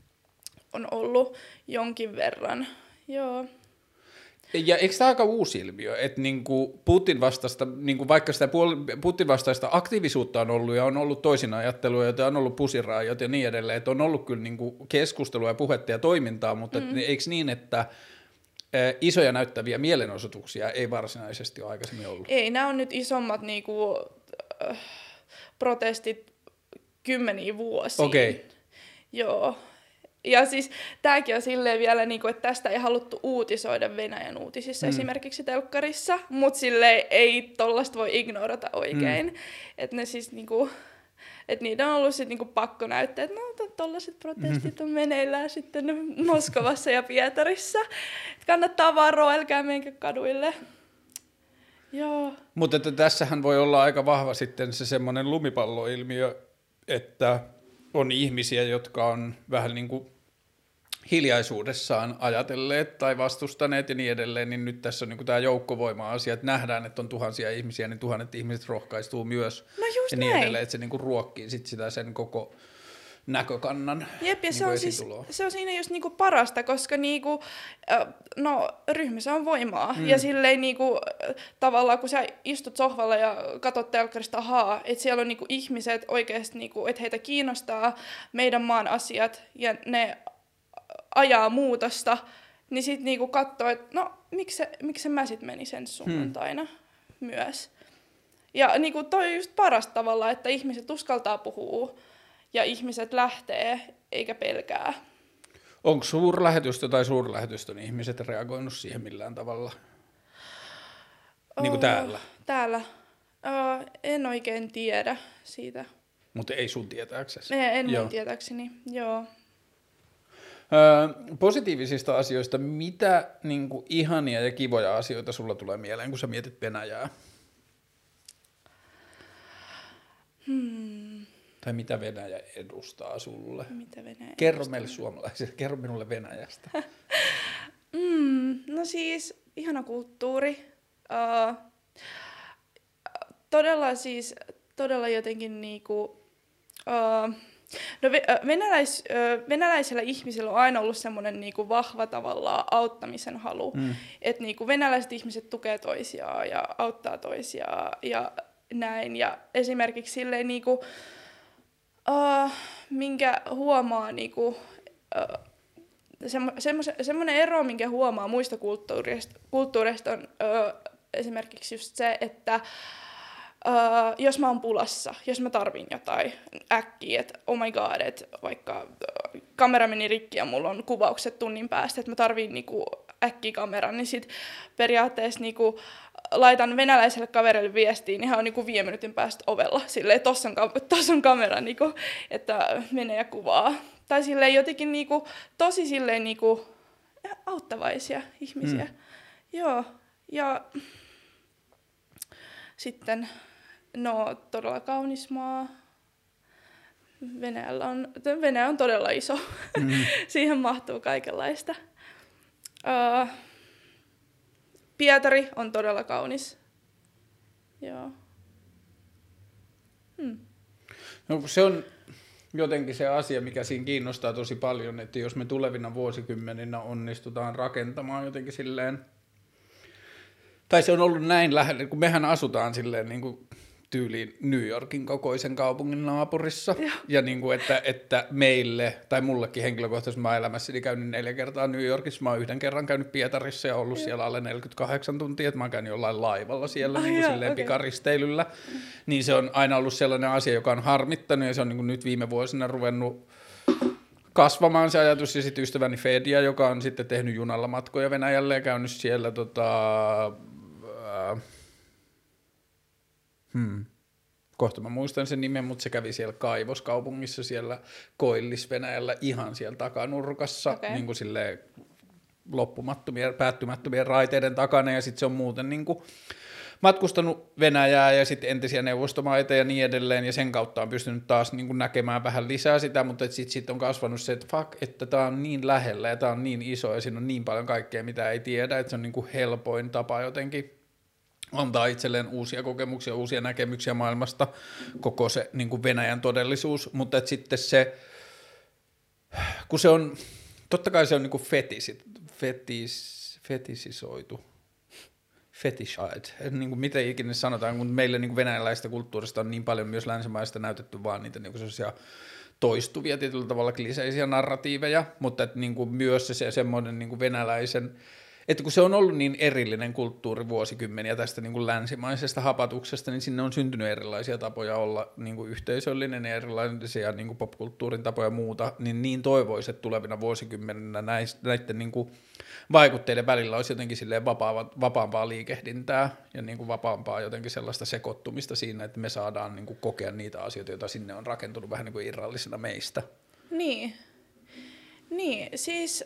on ollut jonkin verran. Joo. Ja eikö tämä aika uusi ilmiö, että niinku Putin vastaista, niinku vaikka sitä Putin vastaista aktiivisuutta on ollut ja on ollut toisinajattelua, joita on ollut pusiraajot ja niin edelleen, että on ollut kyllä niinku keskustelua ja puhetta ja toimintaa, mutta mm. eikö niin, että isoja näyttäviä mielenosoituksia ei varsinaisesti ole aikaisemmin ollut? Ei, nämä on nyt isommat niinku, äh, protestit kymmeniä vuosia. Okei. Okay. Joo. Ja siis tämäkin on silleen vielä, niinku, että tästä ei haluttu uutisoida Venäjän uutisissa mm. esimerkiksi telkkarissa, mutta silleen ei tollaista voi ignorata oikein. Mm. Että ne siis niinku, että niitä on ollut sit niinku pakko näyttää, että no tollaiset protestit on meneillään sitten Moskovassa ja Pietarissa. Et kannattaa varoa, älkää menkö kaduille. Joo. Mutta että tässähän voi olla aika vahva sitten se semmoinen lumipalloilmiö, että on ihmisiä, jotka on vähän niin kuin hiljaisuudessaan ajatelleet tai vastustaneet ja niin edelleen, niin nyt tässä on niin kuin tämä joukkovoima-asia, että nähdään, että on tuhansia ihmisiä, niin tuhannet ihmiset rohkaistuu myös no just ja niin näin. edelleen, että se niin kuin ruokkii sit sitä sen koko näkökannan. Jep, ja niin se, on siis, se on siinä just niinku parasta, koska niinku, no, ryhmässä on voimaa. Mm. Ja silleen niinku, tavallaan, kun sä istut sohvalla ja katsot telkkarista, ahaa, että siellä on niinku ihmiset oikeasti, niinku, että heitä kiinnostaa meidän maan asiat ja ne ajaa muutosta, niin sit niinku katsoo, että no, miksi, miksi mä sit menin sen sunnuntaina hmm. myös. Ja niinku, toi on just parasta tavalla, että ihmiset uskaltaa puhua ja ihmiset lähtee, eikä pelkää. Onko suurlähetystö tai suurlähetystön ihmiset reagoinut siihen millään tavalla? Oh, niin kuin täällä? Täällä. Oh, en oikein tiedä siitä. Mutta ei sun tietääksesi? En, en mun tietääkseni, joo. Öö, positiivisista asioista, mitä niin kuin ihania ja kivoja asioita sulla tulee mieleen, kun sä mietit Venäjää? Hmm. Tai mitä Venäjä edustaa sulle? Mitä Venäjä Kerro edustaa? meille suomalaisille, kerro minulle Venäjästä. mm, no siis, ihana kulttuuri. Uh, todella siis, todella jotenkin niinku... Uh, no venäläis, venäläisillä ihmisillä on aina ollut semmoinen niinku vahva tavallaan auttamisen halu. Mm. Että niinku venäläiset ihmiset tukee toisiaan ja auttaa toisiaan ja näin. Ja esimerkiksi silleen niinku... Uh, minkä huomaa niinku, uh, semmo, semmoinen ero, minkä huomaa muista kulttuureista, kulttuureista on uh, esimerkiksi just se, että uh, jos mä oon pulassa, jos mä tarvin jotain äkkiä, että oh my god, että vaikka uh, kamera meni rikki ja mulla on kuvaukset tunnin päästä, että mä tarvin niinku äkkiä kameran, niin sit periaatteessa niinku laitan venäläiselle kaverille viestiin, niin hän on niinku viiden minuutin päästä ovella, silleen, tossa on, tossa on kamera, niinku, että menee ja kuvaa. Tai silleen jotenkin niinku, tosi silleen niinku, auttavaisia ihmisiä. Mm. Joo, ja sitten, no todella kaunis maa. Venäjällä on, Venäjä on todella iso, mm. siihen mahtuu kaikenlaista. Uh, Pietari on todella kaunis. Joo. Hmm. No, se on jotenkin se asia, mikä siinä kiinnostaa tosi paljon, että jos me tulevina vuosikymmeninä onnistutaan rakentamaan jotenkin silleen, tai se on ollut näin lähellä, kun mehän asutaan silleen niin kuin tyyliin New Yorkin kokoisen kaupungin naapurissa, ja, ja niin kuin, että, että meille, tai mullekin henkilökohtaisesti, mä elämässäni käynyt neljä kertaa New Yorkissa, mä oon yhden kerran käynyt Pietarissa ja ollut ja. siellä alle neljäkymmentäkahdeksan tuntia, että mä oon käynyt jollain laivalla siellä oh, niin kuin silleen okay. pikaristeilyllä, niin se on aina ollut sellainen asia, joka on harmittanut, ja se on niin kuin nyt viime vuosina ruvennut kasvamaan se ajatus, ja sitten ystäväni Fedia, joka on sitten tehnyt junalla matkoja Venäjälle ja käynyt siellä tota, äh, Hmm. kohta mä muistan sen nimen, mutta se kävi siellä kaivoskaupungissa siellä Koillis-Venäjällä ihan siellä takanurkassa, okay. niin kuin silleen loppumattomien, päättymättömien raiteiden takana, ja sitten se on muuten niin kuin matkustanut Venäjää ja sitten entisiä neuvostomaita ja niin edelleen, ja sen kautta on pystynyt taas niin kuin näkemään vähän lisää sitä, mutta sitten sit on kasvanut se, että fuck, että tämä on niin lähellä ja tämä on niin iso ja siinä on niin paljon kaikkea, mitä ei tiedä, että se on niin kuin helpoin tapa jotenkin antaa itselleen uusia kokemuksia, uusia näkemyksiä maailmasta, koko se niin kuin Venäjän todellisuus, mutta että sitten se, kun se on, totta kai se on niin kuin fetisit, fetis, fetisisoitu, fetishide, niin kuin miten ikinä sanotaan, kun meille niin kuin venäläistä kulttuurista on niin paljon myös länsimaista näytetty vaan niitä niin kuin sellaisia toistuvia tietyllä tavalla kliseisiä narratiiveja, mutta että niin kuin myös se, se semmoinen niin kuin venäläisen, että kun se on ollut niin erillinen kulttuuri vuosikymmeniä tästä niin kuin länsimaisesta hapatuksesta, niin sinne on syntynyt erilaisia tapoja olla niin kuin yhteisöllinen ja erilaisia niin kuin popkulttuurin tapoja ja muuta, niin niin toivoisi, että tulevina vuosikymmeninä näiden niin kuin vaikutteiden välillä olisi jotenkin silleen vapaa, vapaampaa liikehdintää ja niin kuin vapaampaa jotenkin sellaista sekoittumista siinä, että me saadaan niin kuin kokea niitä asioita, joita sinne on rakentunut vähän niin kuin irrallisena meistä. Niin, niin siis...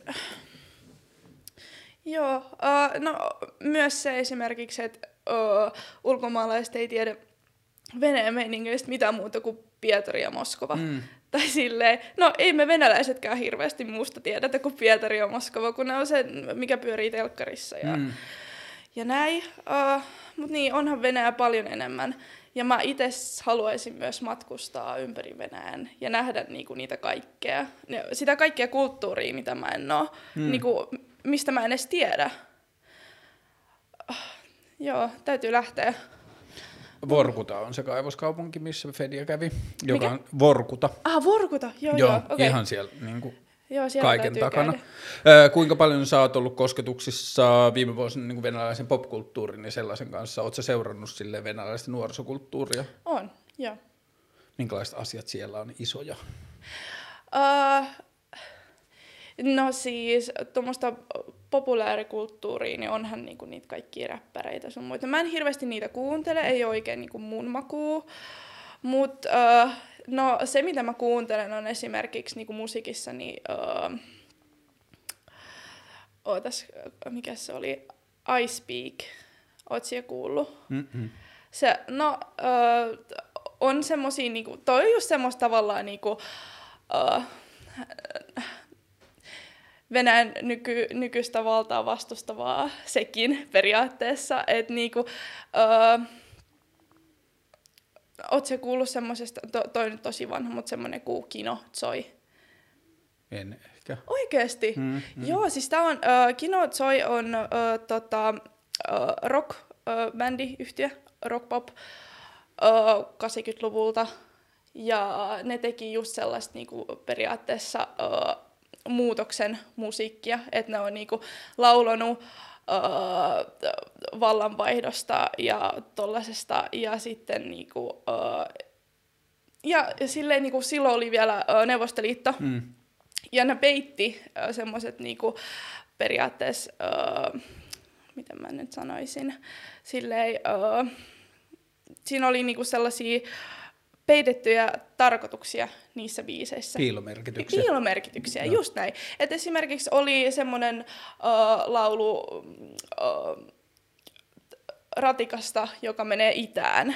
Joo, uh, no myös se esimerkiksi, että uh, ulkomaalaiset ei tiedä Venäjän meiningeistä mitään muuta kuin Pietari ja Moskova. Mm. Tai silleen, no ei me venäläisetkään hirveästi muusta tiedetä kuin Pietari ja Moskova, kun ne on se, mikä pyörii telkkarissa ja, mm. ja näin. Uh, Mutta niin, onhan Venäjä paljon enemmän. Ja mä itse haluaisin myös matkustaa ympäri Venäjän ja nähdä niinku niitä kaikkea, sitä kaikkea kulttuuria, mitä mä en oo, mm. niinku, mistä mä en edes tiedä. Oh, joo, täytyy lähteä. Vorkuta on se kaivoskaupunki, missä Fedia kävi, joka Mikä? on Vorkuta. Ah, Vorkuta, joo, joo. joo okay. Ihan siellä niin kuin joo, siellä kaiken takana. Käydä. Kuinka paljon sä oot ollut kosketuksissa viime vuosina niin kuin venäläisen popkulttuurin ja sellaisen kanssa? Ootko sä seurannut silleen venäläistä nuorisokulttuuria? On, joo. Minkälaiset asiat siellä on isoja? Uh, no siis tuommoista populaarikulttuuria, niin onhan niinku niitä kaikkia räppäreitä sun muita. Mä en hirveästi niitä kuuntele, ei oikein niinku mun makuu. Mut uh, no se mitä mä kuuntelen on esimerkiksi niinku musiikissa, niin uh, ootas, mikä se oli? I Speak. Oot siellä kuullut? Mm-mm. Se, no uh, on semmosia niinku, toi on just semmoista tavallaan niinku uh, Venäjän nyky, nykyistä valtaa vastustavaa sekin periaatteessa, että niinku, uh, oot sä kuullut semmosesta, to, toi nyt tosi vanha, mutta semmonen kuin Kino Tsoi? En ehkä. Oikeesti? Mm, mm. Joo, siis tää on, uh, Kino Tsoi on uh, tota, uh, rock-bändiyhtiö, uh, rock-pop uh, kahdeksankymmentäluvulta, ja ne teki just sellaista niinku, periaatteessa uh, muutoksen musiikkia, että ne on niinku laulanut uh, vallanvaihdosta ja tollasesta, ja sitten niinku, uh, ja, ja silleen niinku silloin oli vielä uh, Neuvostoliitto, mm. ja ne peitti uh, semmoiset niinku periaatteessa, uh, miten mä nyt sanoisin, silleen, uh, siinä oli niinku sellaisia peitettyjä tarkoituksia niissä biiseissä. Piilomerkityksiä. Piilomerkityksiä, no. Just näin. Et esimerkiksi oli semmoinen uh, laulu uh, ratikasta, joka menee itään.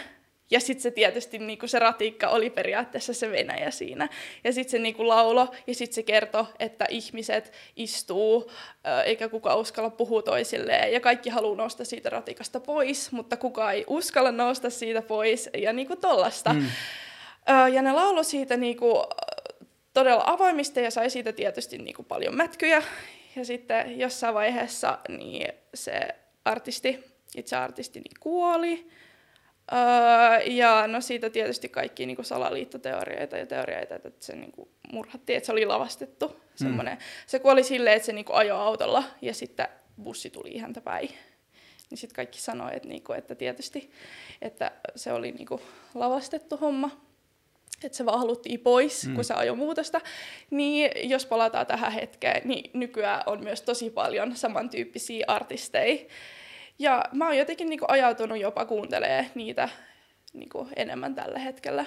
Ja sitten se tietysti niinku se ratikka oli periaatteessa se Venäjä siinä. Ja sitten se niinku laulo ja sitten se kertoi, että ihmiset istuu eikä kukaan uskalla puhua toisilleen. Ja kaikki haluaa nousta siitä ratikasta pois, mutta kukaan ei uskalla nousta siitä pois ja niinku tollasta. Mm. Ja ne lauloi siitä niinku todella avoimista ja sai siitä tietysti niinku paljon mätkyjä. Ja sitten jossain vaiheessa niin se artisti, itse artisti niin kuoli. Öö, ja no siitä tietysti kaikki niinku salaliittoteorioita ja teorioita, että se niinku murhattiin, että se oli lavastettu. Mm. Se kuoli silleen, että se niinku ajoi autolla ja sitten bussi tuli häntä päin. Niin sitten kaikki sanoi, että, niinku, että tietysti että se oli niinku lavastettu homma. Että se vaan haluttiin pois, mm. kun se ajoi muutosta. Niin jos palataan tähän hetkeen, niin nykyään on myös tosi paljon samantyyppisiä artisteja. Ja mä oon jotenkin niinku ajautunut jopa kuuntelemaan niitä niinku enemmän tällä hetkellä.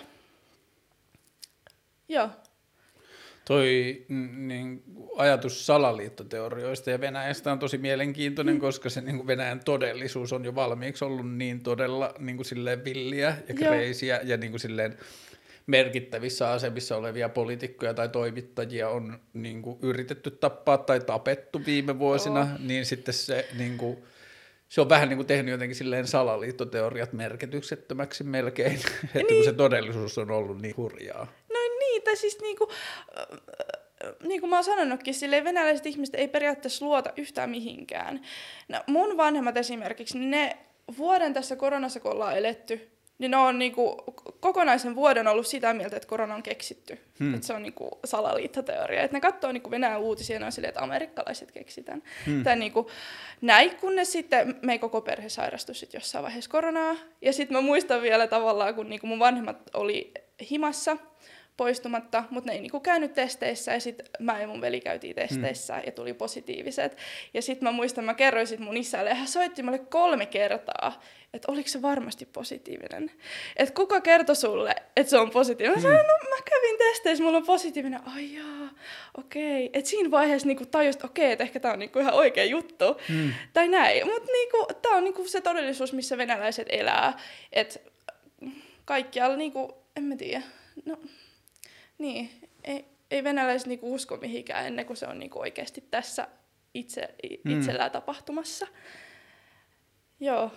Joo. Toi niin, ajatus salaliittoteorioista ja Venäjästä on tosi mielenkiintoinen, mm. koska se niin Venäjän todellisuus on jo valmiiksi ollut niin todella niin silleen villiä ja kreisiä ja niin silleen merkittävissä asemissa olevia poliitikkoja tai toimittajia on niin kuin yritetty tappaa tai tapettu viime vuosina, oh. niin sitten se, niin kuin, se on vähän niin kuin tehnyt jotenkin silleen salaliittoteoriat merkityksettömäksi melkein, että niin. kun se todellisuus on ollut niin hurjaa. No niin, tai siis niin kuin, niin kuin mä oon sanonutkin, silleen venäläiset ihmiset ei periaatteessa luota yhtään mihinkään. No, mun vanhemmat esimerkiksi, niin ne vuoden tässä koronassa, kun ollaan eletty, niin ne on niinku kokonaisen vuoden ollut sitä mieltä, että korona on keksitty. Hmm. Että se on niinku salaliittoteoria. Että ne katsoo niinku Venäjän uutisia ja ne on silleen, että amerikkalaiset keksitään. Hmm. Tai niinku, näin, kunnes sitten me koko perhe sairastui sit jossain vaiheessa koronaa. Ja sitten mä muistan vielä tavallaan, kun niinku mun vanhemmat oli himassa poistumatta, mutta ne ei niinku käynyt testeissä. Ja sitten mä ja mun veli käytiin testeissä hmm. ja tuli positiiviset. Ja sitten mä muistan, mä kerroin sit mun isälle ja hän soitti mulle kolme kertaa, että oliko se varmasti positiivinen. Että kuka kertoi sulle, että se on positiivinen? Mä sanoin, no mä kävin testeissä, mulla on positiivinen. Ai jaa, okei. Että siinä vaiheessa niinku tajusit, että okei, että ehkä tää on niinku ihan oikea juttu. Hmm. Tai näin. Mutta niinku, tää on niinku se todellisuus, missä venäläiset elää. Että kaikkialla, niinku, en mä tiedä. No, niin, ei, ei venäläiset niinku usko mihinkään ennen kuin se on niinku oikeasti tässä itse, itsellään hmm. tapahtumassa. Joo.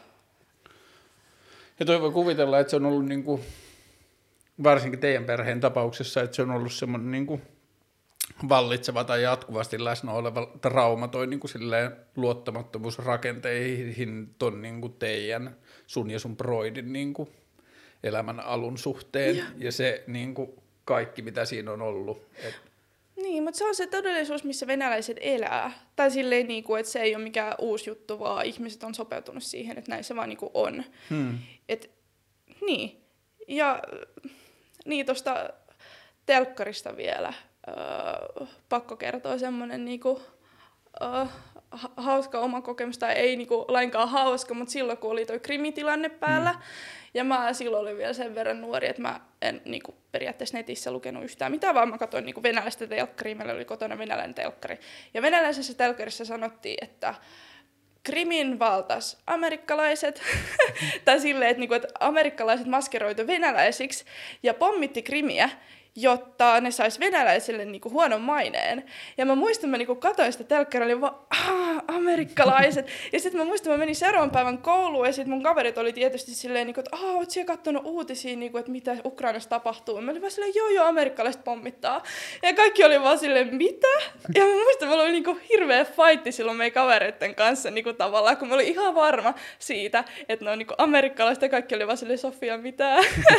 Ja toi voi kuvitella, että se on ollut, niin kuin, varsinkin teidän perheen tapauksessa, että se on ollut semmoinen niin kuin vallitseva tai jatkuvasti läsnä oleva trauma, toi niin kuin silleen luottamattomuus rakenteihin ton niin kuin teidän, sun ja sun broidin niin kuin elämän alun suhteen. Ja, ja se niin kuin kaikki, mitä siinä on ollut. Et niin, mutta se on se todellisuus, missä venäläiset elää. Tai silleen, että se ei ole mikään uusi juttu, vaan ihmiset on sopeutunut siihen, että näin se vaan niin on. Hmm. Et, niin. Ja niin tuosta telkkarista vielä äh, pakko kertoa semmoinen niinku, äh, hauska oma kokemus, tai ei niinku lainkaan hauska, mutta silloin kun oli toi krimitilanne päällä, hmm. ja mä silloin olin vielä sen verran nuori, että mä en niinku periaatteessa netissä lukenut yhtään mitään, vaan mä katsoin niinku venäläistä telkkaria, meillä oli kotona venäläinen telkkari. Ja venäläisessä telkkarissa sanottiin, että Krimin valtas amerikkalaiset, tai silleen, että, niinku, että amerikkalaiset maskeroitu venäläisiksi ja pommitti Krimiä, jotta ne sais venäläisille niinku huonon maineen. Ja mä muistan, mä niinku katoin sitä telkkaria, oli vaan, amerikkalaiset. Ja sitten mä muistan, mä menin seuraavan päivän kouluun, ja sitten mun kaverit oli tietysti silleen, niinku, että oot siellä kattonut uutisia, niinku, että mitä Ukrainassa tapahtuu. Ja mä olin vaan silleen, joo joo, amerikkalaiset pommittaa. Ja kaikki oli vaan silleen, mitä? Ja mä muistan, mä oli niinku hirveä fightti silloin meidän kavereiden kanssa niinku tavallaan, kun mä olin ihan varma siitä, että ne on niinku amerikkalaiset, ja kaikki oli vaan silleen, Sofia, mitä?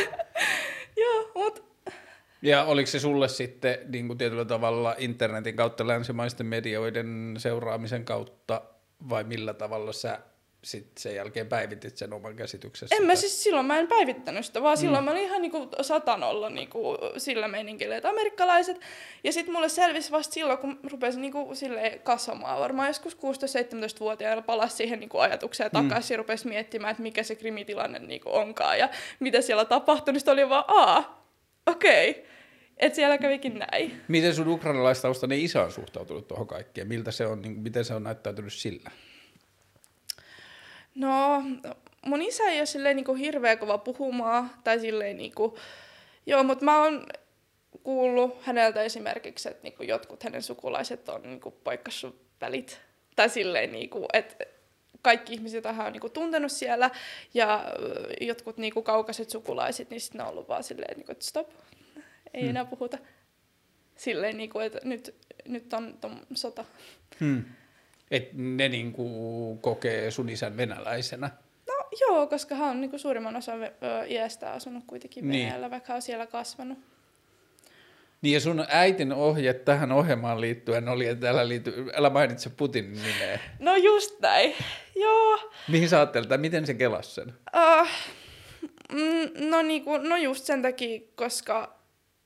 Joo, mut ja oliko se sulle sitten niin kuin tietyllä tavalla internetin kautta länsimaisten medioiden seuraamisen kautta, vai millä tavalla sä sitten sen jälkeen päivitit sen oman käsityksesi? En mä siis silloin mä en päivittänyt sitä, vaan mm. silloin mä olin ihan niinku satanolla niinku sillä meiningillä, että amerikkalaiset. Ja sitten mulle selvisi vasta silloin, kun rupesin niinku silleen kasvamaan. Varmaan joskus kuusitoista-seitsemäntoista-vuotiailla palasi siihen niinku ajatukseen takaisin mm. ja rupesi miettimään, että mikä se krimitilanne niinku onkaan ja mitä siellä tapahtui. Niin sitten oli vaan, aa, okei. Okay. Että siellä kävikin näin. Miten sun ukrainalaistaustainen isä on suhtautunut tuohon kaikkeen? Miltä se on, niin, miten se on näyttäytynyt sillä? No, mun isä ei ole silleen niinku hirveä kova puhumaan, tai silleen niinku, joo, mutta mä oon kuullut häneltä esimerkiksi, että niinku jotkut hänen sukulaiset on niinku poikkassut välit, tai silleen niinku, että kaikki ihmiset, joita hän on niinku tuntenut siellä, ja jotkut niinku kaukaiset sukulaiset, niin sitten ne on ollut vaan silleen, niinku, että stop, ei hmm. enää puhuta. Silleen, niinku, että nyt, nyt on ton sota. Hmm. Että ne niinku kokee sun isän venäläisenä? No joo, koska hän on niinku suurimman osan iästä asunut kuitenkin Venäjällä, niin. Vaikka hän on siellä kasvanut. Niin ja sun äitin ohje tähän ohjelmaan liittyen oli, että älä, liity, älä mainitse Putinin nimeä. No just näin, joo. Mihin sä ajattelet, tai miten se kelasi sen? Uh, mm, no, niinku, no just sen takia, koska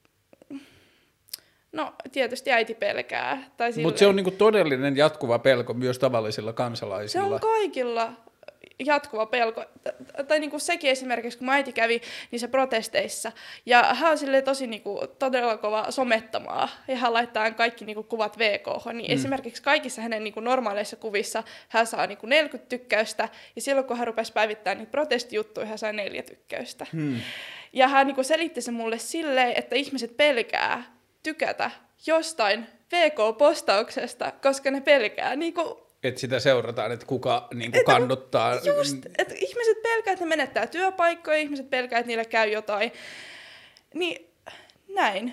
no tietysti äiti pelkää. Mutta se on niinku todellinen jatkuva pelko myös tavallisilla kansalaisilla. Se on kaikilla jatkuva pelko. Tai niinku sekin esimerkiksi, kun äiti kävi niissä protesteissa. Ja hän on silleen tosi niinku, todella kova somettamaa. Ja hän laittaa kaikki niinku, kuvat V K:hon. Niin mm. esimerkiksi kaikissa hänen niinku, normaaleissa kuvissa hän saa niinku, neljäkymmentä tykkäystä. Ja silloin kun hän rupesi päivittämään niitä protestijuttuja, hän sai neljä tykkäystä. Mm. Ja hän niinku, selitti se mulle silleen, että ihmiset pelkää tykätä jostain V K-postauksesta, koska ne pelkää niinku, että sitä seurataan, että kuka niinku että, kannuttaa. Just, että ihmiset pelkää, että ne menettää työpaikkoja, ihmiset pelkää, että niillä käy jotain. Niin näin.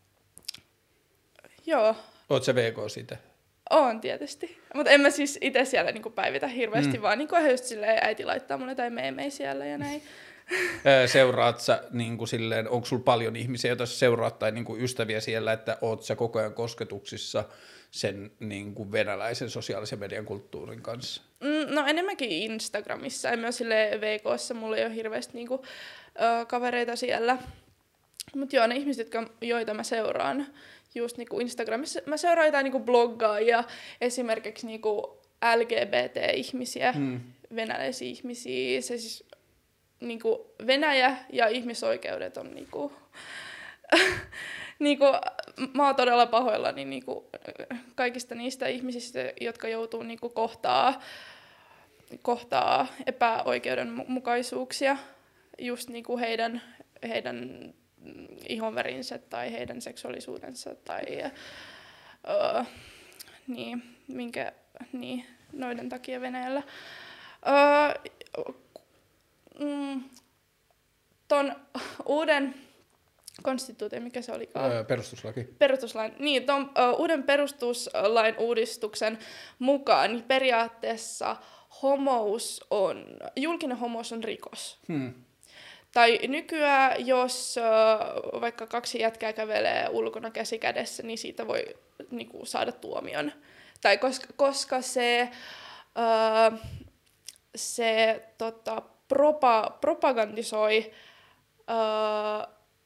Joo. Oot sä V K siitä? Oon tietysti. Mutta en mä siis itse siellä niinku päivitä hirveästi, mm. vaan niinku just silleen äiti laittaa mulle jotain meemejä siellä ja näin. Seuraat sä niinku silleen, onko sulla paljon ihmisiä, joita sä seuraat tai niinku ystäviä siellä, että oot sä koko ajan kosketuksissa sen niinku venäläisen sosiaalisen median kulttuurin kanssa? Mm, no enemmänkin Instagramissa, en myös silleen V K:ssa, mulla ei ole hirveästi niinku, ö, kavereita siellä. Mutta joo, ne ihmiset, jotka, joita mä seuraan just niinku Instagramissa, mä seuraan jotain niinku bloggaajia, esimerkiksi niinku L G B T-ihmisiä, hmm. venäläisiä ihmisiä, se siis niinku Venäjä ja ihmisoikeudet on niinku, niinku, mä oon todella pahoillani niinku kaikista niistä ihmisistä, jotka joutuu niinku kohtaa, kohtaa epäoikeudenmukaisuuksia just niinku heidän, heidän ihonvärinsä tai heidän seksuaalisuudensa tai öö, niin, minkä, niin, noiden takia Venäjällä. Öö, Mm, ton uuden konstituution, mikä se olikaan? Öö, perustuslaki. Perustuslain, niin, ton ö, uuden perustuslain uudistuksen mukaan niin periaatteessa homous on, julkinen homous on rikos. Hmm. Tai nykyään, jos ö, vaikka kaksi jätkää kävelee ulkona käsi kädessä, niin siitä voi niinku, saada tuomion. Tai koska, koska se, ö, se tota, Propa, propagandisoi öö,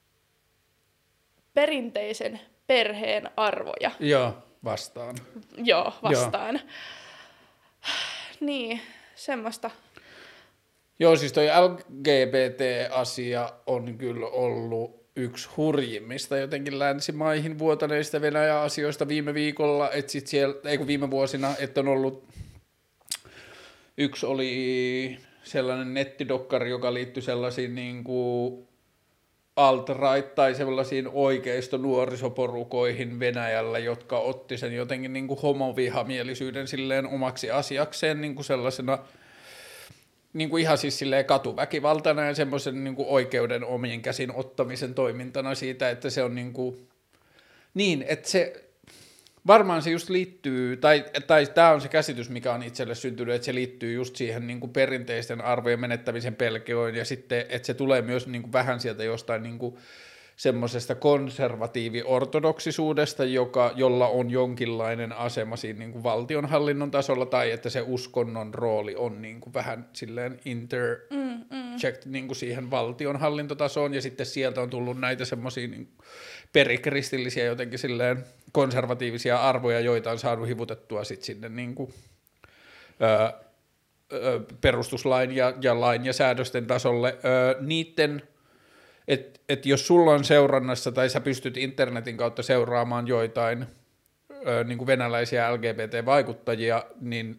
perinteisen perheen arvoja. Joo, vastaan. Joo, vastaan. Joo. Niin, semmoista. Joo, siis toi L G B T-asia on kyllä ollut yksi hurjimmista jotenkin länsimaihin vuotaneista Venäjän asioista viime viikolla, että sit siellä, ei kun viime vuosina, että on ollut, yksi oli sellainen nettidokkari, joka liittyi sellaisiin niin kuin alt-right tai sellaisiin oikeisto-nuorisoporukoihin Venäjällä, jotka otti sen jotenkin niin kuin homovihamielisyyden silleen omaksi asiakseen niin kuin sellaisena niin kuin ihan siis silleen katuväkivaltana ja semmoisen niin kuin oikeuden omien käsin ottamisen toimintana siitä, että se on niin kuin, niin, että se varmaan se just liittyy, tai, tai tämä on se käsitys, mikä on itselle syntynyt, että se liittyy just siihen niin kuin perinteisten arvojen menettämisen pelkeoin, ja sitten, että se tulee myös niin kuin vähän sieltä jostain niin kuin semmoisesta konservatiivi-ortodoksisuudesta, joka, jolla on jonkinlainen asema siinä niin kuin valtionhallinnon tasolla, tai että se uskonnon rooli on niin kuin vähän silleen interchecked mm, mm. niin kuin siihen valtionhallintotasoon, ja sitten sieltä on tullut näitä semmoisia niin perikristillisiä jotenkin silleen konservatiivisia arvoja, joita on saanut hivutettua sitten sinne niin kuin, öö, öö, perustuslain ja, ja lain ja säädösten tasolle. Öö, niiden, että et jos sulla on seurannassa tai sä pystyt internetin kautta seuraamaan joitain öö, niin kuin venäläisiä L G B T-vaikuttajia, niin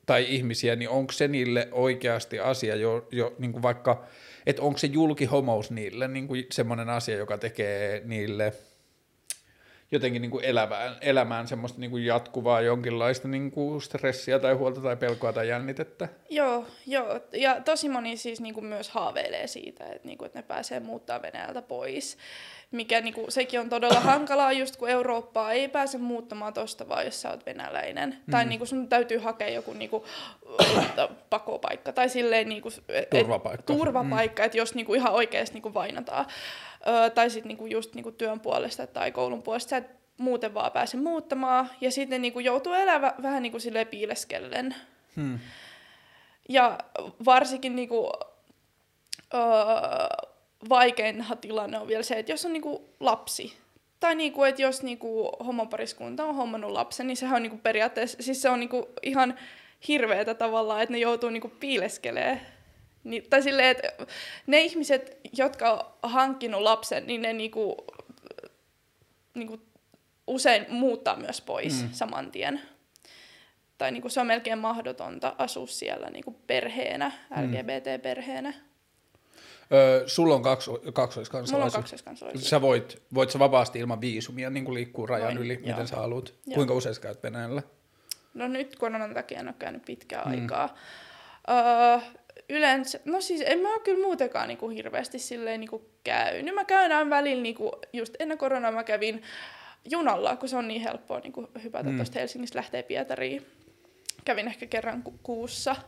tai ihmisiä, niin onko se niille oikeasti asia, jo, jo niin kuin vaikka, että onko se julkihomous niille niin kuin semmoinen asia, joka tekee niille jotenkin niin kuin elämään, elämään semmoista niin kuin jatkuvaa jonkinlaista niin kuin stressiä tai huolta tai pelkoa tai jännitettä? Joo, joo. Ja tosi moni siis niinku myös haaveilee siitä, että, niinku, että ne pääsee muuttaa Venäjältä pois. Mikä niinku, sekin on todella hankalaa, just kun Eurooppaa ei pääse muuttamaan tosta vaan, jos sä oot venäläinen. Mm. Tai niinku, sun täytyy hakea joku niinku, pakopaikka tai silleen niinku, et, turvapaikka, turvapaikka mm. että jos niinku, ihan oikeasti niinku, vainotaan. Ö, tai sitten niinku, just niinku, työn puolesta tai koulun puolesta sä et muuten vaan pääse muuttamaan. Ja sitten niinku, joutuu elämään vähän niinku, silleen piileskellen. Hmm. Ja varsinkin niinku, öö, vaikein tilanne on vielä se, että jos on niinku lapsi, tai niinku, että jos niinku homopariskunta on hommannut lapsen, niin sehän on niinku periaatteessa, siis se on niinku ihan hirveetä tavallaan, että ne joutuu niinku piileskelemään. Niin, tai silleen, että ne ihmiset, jotka on hankkinut lapsen, niin ne niinku, niinku usein muuttaa myös pois mm. saman tien. Tai niinku se on melkein mahdotonta asua siellä niinku perheenä, L G B T-perheenä. Öö, sulla on kakso, kaksoiskansalaisuus. Mulla on kaksoiskansalaisuus. Sä voit, voit sä vapaasti ilman viisumia niin liikkuu rajan Voin, yli, joo. miten sä haluat. Joo. Kuinka usein sä käyt Venäjällä? No nyt koronan takia en ole käynyt pitkää mm. aikaa. Öö, yleensä, no siis en mä ole kyllä muutenkaan niinku hirveästi silleen niinku käynyt. Mä käyn aina välillä, niinku, just ennen koronaa mä kävin junalla, kun se on niin helppoa niinku hypätä mm. tuosta Helsingistä lähtee Pietariin. Kävin ehkä kerran ku- kuussa.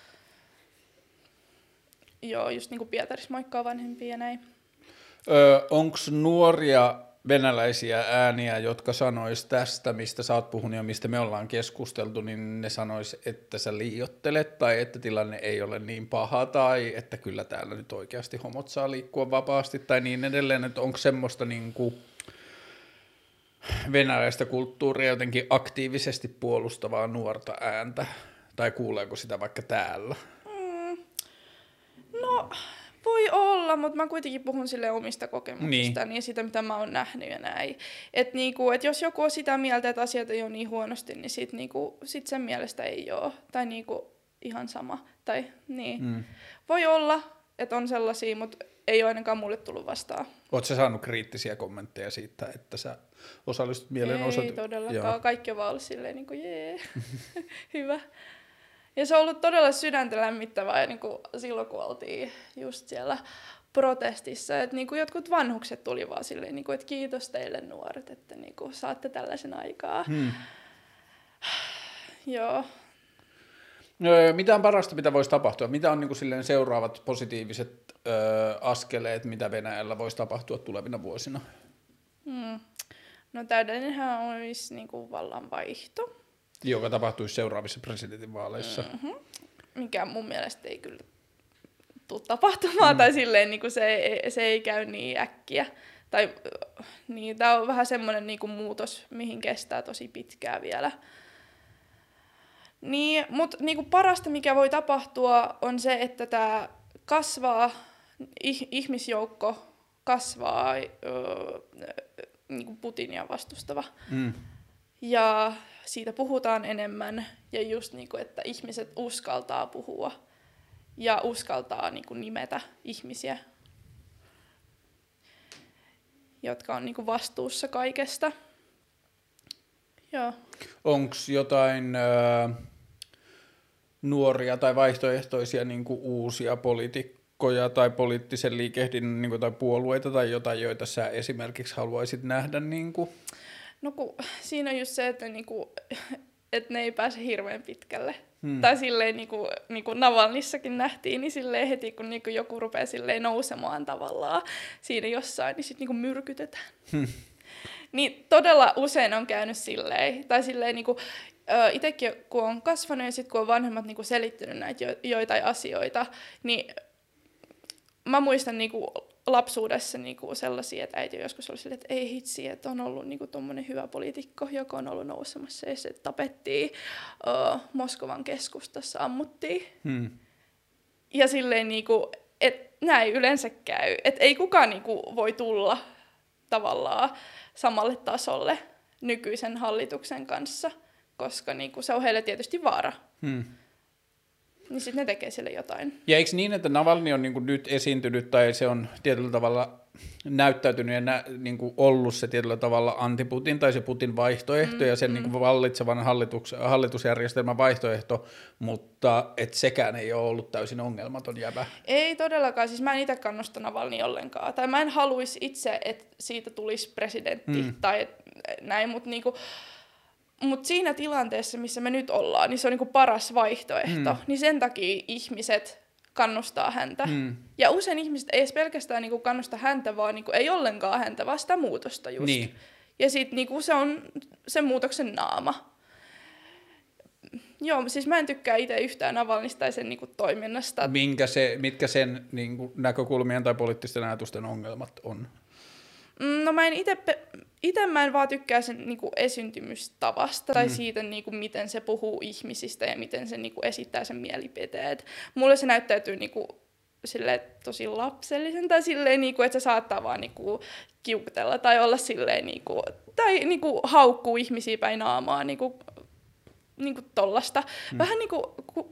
Joo, just niinku Pietarissa moikkaa vanhempia ja näin. Öö, onko nuoria venäläisiä ääniä, jotka sanois tästä, mistä sä oot puhunut ja mistä me ollaan keskusteltu, niin ne sanois, että sä liioittelet tai että tilanne ei ole niin paha tai että kyllä täällä nyt oikeasti homot saa liikkua vapaasti tai niin edelleen, että onko semmoista niinku venäläistä kulttuuria jotenkin aktiivisesti puolustavaa nuorta ääntä tai kuuleeko sitä vaikka täällä? Mm, no voi olla, mutta mä kuitenkin puhun sille omista kokemuksista niin. ja siitä, mitä mä oon nähnyt ja näin. Että niinku, et jos joku on sitä mieltä, että asiat ei ole niin huonosti, niin sit, niinku, sit sen mielestä ei ole. Tai niinku, ihan sama. Tai, niin. mm. Voi olla, että on sellaisia, mutta ei ole ainakaan mulle tullut vastaan. Oletko sä saanut kriittisiä kommentteja siitä, että sä osallistut mielenosoitukseen? Ei todellakaan. Joo. Kaikki on vaan ollut silleen, niin kuin, jee, hyvä. Ja se on ollut todella sydäntä lämmittävää niin kuin silloin, kun oltiin just siellä protestissa. Että niin kuin jotkut vanhukset tuli vaan silleen, niin kuin, että kiitos teille nuoret, että niin kuin, saatte tällaisen aikaa. Hmm. Joo. Mitä on parasta, mitä voisi tapahtua? Mitä on niin kuin silleen seuraavat positiiviset ö, askeleet, mitä Venäjällä voisi tapahtua tulevina vuosina? Hmm. No täydellinenhän olisi niin kuin vallanvaihto. Joka tapahtuisi seuraavissa presidentinvaaleissa. Mm-hmm. Mikä mun mielestä ei kyllä tule tapahtumaan, mm. tai silleen niin kuin se, se ei käy niin äkkiä. Tai, niin, tämä on vähän semmoinen niin kuin muutos, mihin kestää tosi pitkään vielä. Niin, mutta niin kuin parasta, mikä voi tapahtua, on se, että tämä kasvaa, ihmisjoukko kasvaa öö, niin kuin Putinia vastustava. Mm. Ja siitä puhutaan enemmän ja just niin kuin, että ihmiset uskaltaa puhua ja uskaltaa niin kuin nimetä ihmisiä, jotka on niin kuin vastuussa kaikesta. Joo. Onko jotain ö, nuoria tai vaihtoehtoisia niin kuin uusia poliitikkoja tai poliittisen liikehdinnän niin kuin, tai puolueita tai jotain, joita sä esimerkiksi haluaisit nähdä? Niin kuin? No kun siinä on just se, että niinku, et ne ei pääse hirveän pitkälle. Hmm. Tai silleen niinku, niinku Navalnissakin nähtiin, niin silleen heti kun niinku joku rupeaa silleen nousemaan tavallaan siinä jossain, niin sitten niinku myrkytetään. Hmm. Niin todella usein on käynyt silleen, tai silleen niinku, itsekin kun on kasvanut ja sitten kun on vanhemmat niinku selittänyt näitä jo, joitain asioita, niin mä muistan niinku lapsuudessa niinku sellaisia, että äiti joskus oli silleen, että ei hitsi, että on ollut niinku tommonen hyvä poliitikko, joka on ollut nousemassa ja se tapettiin uh, Moskovan keskustassa, ammuttiin. Hmm. Ja silleen, niinku, että näin yleensä käy. Että ei kukaan niinku voi tulla tavallaan samalle tasolle nykyisen hallituksen kanssa, koska niinku se on heille tietysti vaara. Hmm. niin sitten ne tekee sille jotain. Ja eikö niin, että Navalny on niin kuin nyt esiintynyt tai se on tietyllä tavalla näyttäytynyt ja nä, niin kuin ollut se tietyllä tavalla anti-Putin tai se Putin vaihtoehto mm, ja sen mm. niin kuin vallitsevan hallitus, hallitusjärjestelmän vaihtoehto, mutta et sekään ei ole ollut täysin ongelmaton jäbä. Ei todellakaan, siis mä en itse kannusta Navalny ollenkaan, tai mä en haluaisi itse, että siitä tulisi presidentti mm. tai näin, mutta niinku, mut siinä tilanteessa, missä me nyt ollaan, niin se on niinku paras vaihtoehto, mm. niin sen takia ihmiset kannustaa häntä. Mm. Ja usein ihmiset ei edes pelkästään niinku kannusta häntä, vaan niinku ei ollenkaan häntä, vaan sitä muutosta just. Niin. Ja sitten niinku se on sen muutoksen naama. Joo, siis mä en tykkää itse yhtään Navalnysta tai sen niinku toiminnasta. Minkä se, mitkä sen niinku näkökulmien tai poliittisten ajatusten ongelmat on? No mä en ite, ite mä en vaan tykkää sen niinku esiintymistavasta tai mm. siitä, niinku, miten se puhuu ihmisistä ja miten se niinku, esittää sen mielipiteet. Mulle se näyttäytyy niinku, silleen, tosi lapsellisen tai silleen, niinku, että se saattaa vaan niinku, kiukutella tai olla silleen, niinku, tai niinku, haukkuu ihmisiä päin naamaa niinku, niinku, tollasta. Mm. Vähän niinku, ku,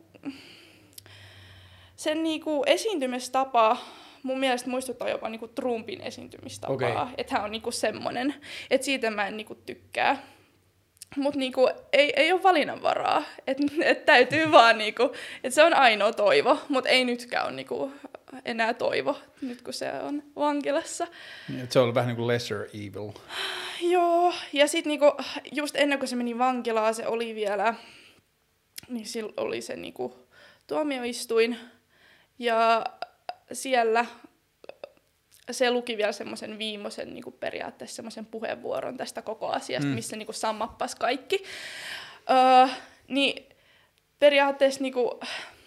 sen niinku, esiintymistapa mun mielestä muistuttaa jopa niinku Trumpin esiintymistapaa, okay. Että hän on niinku semmoinen, että siitä mä en niinku tykkää. Mutta niinku, ei, ei ole valinnanvaraa, että et täytyy vaan, niinku, että se on ainoa toivo, mutta ei nytkään ole niinku enää toivo, nyt kun se on vankilassa. Niin, se on vähän niin kuin lesser evil. Joo, ja sitten niinku, just ennen kuin se meni vankilaan, se oli vielä, niin sillä oli se niinku, tuomioistuin, ja siellä se luki vielä semmoisen viimeisen niin kuin periaatteessa semmoisen puheenvuoron tästä koko asiasta, mm. missä niin kuin sammappasi kaikki. Öö, niin periaatteessa niin kuin,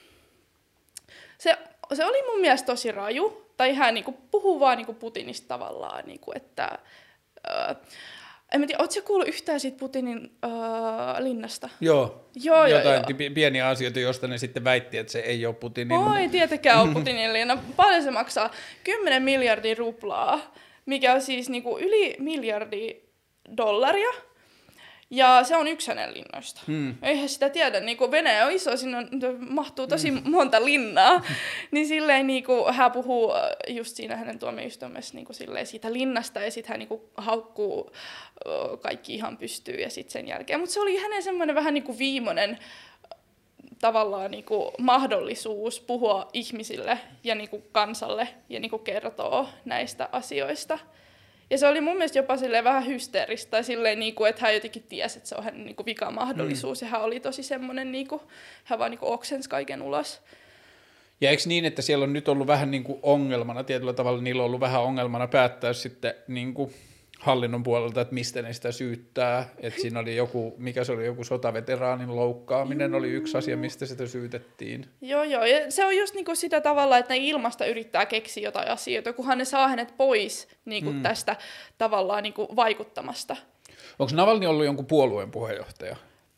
se, se oli mun mielestä tosi raju, tai hän niin kuin puhuu vaan niin kuin Putinista tavallaan, niin kuin, että öö, en mä tiedä, ootko sä kuullut yhtään siitä Putinin öö, linnasta? Joo, joo jotain joo, joo. pieniä asioita, joista ne sitten väitti, että se ei ole Putinin. Oh, ei tietenkään ole Putinin linna. Paljon se maksaa? kymmenen miljardia ruplaa, mikä on siis niinku yli miljardi dollaria. Ja se on yksi hänen linnoista. Hmm. Eihän sitä tiedä, niin kuin Venäjä on iso, sinne mahtuu tosi hmm. monta linnaa. Niin silleen niin kuin, hän puhuu just siinä hänen tuomioistuimessa niin kuin silleen siitä linnasta ja sitten hän niin kuin, haukkuu kaikki ihan pystyy ja sitten sen jälkeen. Mutta se oli hänen semmoinen vähän niin kuin viimeinen tavallaan niin kuin, mahdollisuus puhua ihmisille ja niin kuin, kansalle ja niin kuin, kertoa näistä asioista. Ja se oli mun mielestä jopa silleen vähän hysteeristä, tai silleen, niin kuin, että hän jotenkin tiesi, että se on hänen niin kuin vikamahdollisuus, mm. ja hän oli tosi semmoinen, niin kuin, hän vaan niin kuin oksensi kaiken ulos. Ja eikö niin, että siellä on nyt ollut vähän niin kuin ongelmana, tietyllä tavalla niillä on ollut vähän ongelmana päättää sitten niin kuin hallinnon puolelta, että mistä ne sitä syyttää, että siinä oli joku, mikä se oli, joku sotaveteraanin loukkaaminen, oli yksi asia, mistä sitä syytettiin. Joo, joo, ja se on just niinku sitä tavalla, että ne ilmasta yrittää keksiä jotain asioita, kunhan ne saa hänet pois niinku mm. tästä tavallaan niinku vaikuttamasta. Onko Navalny ollut jonkun puolueen puheenjohtaja?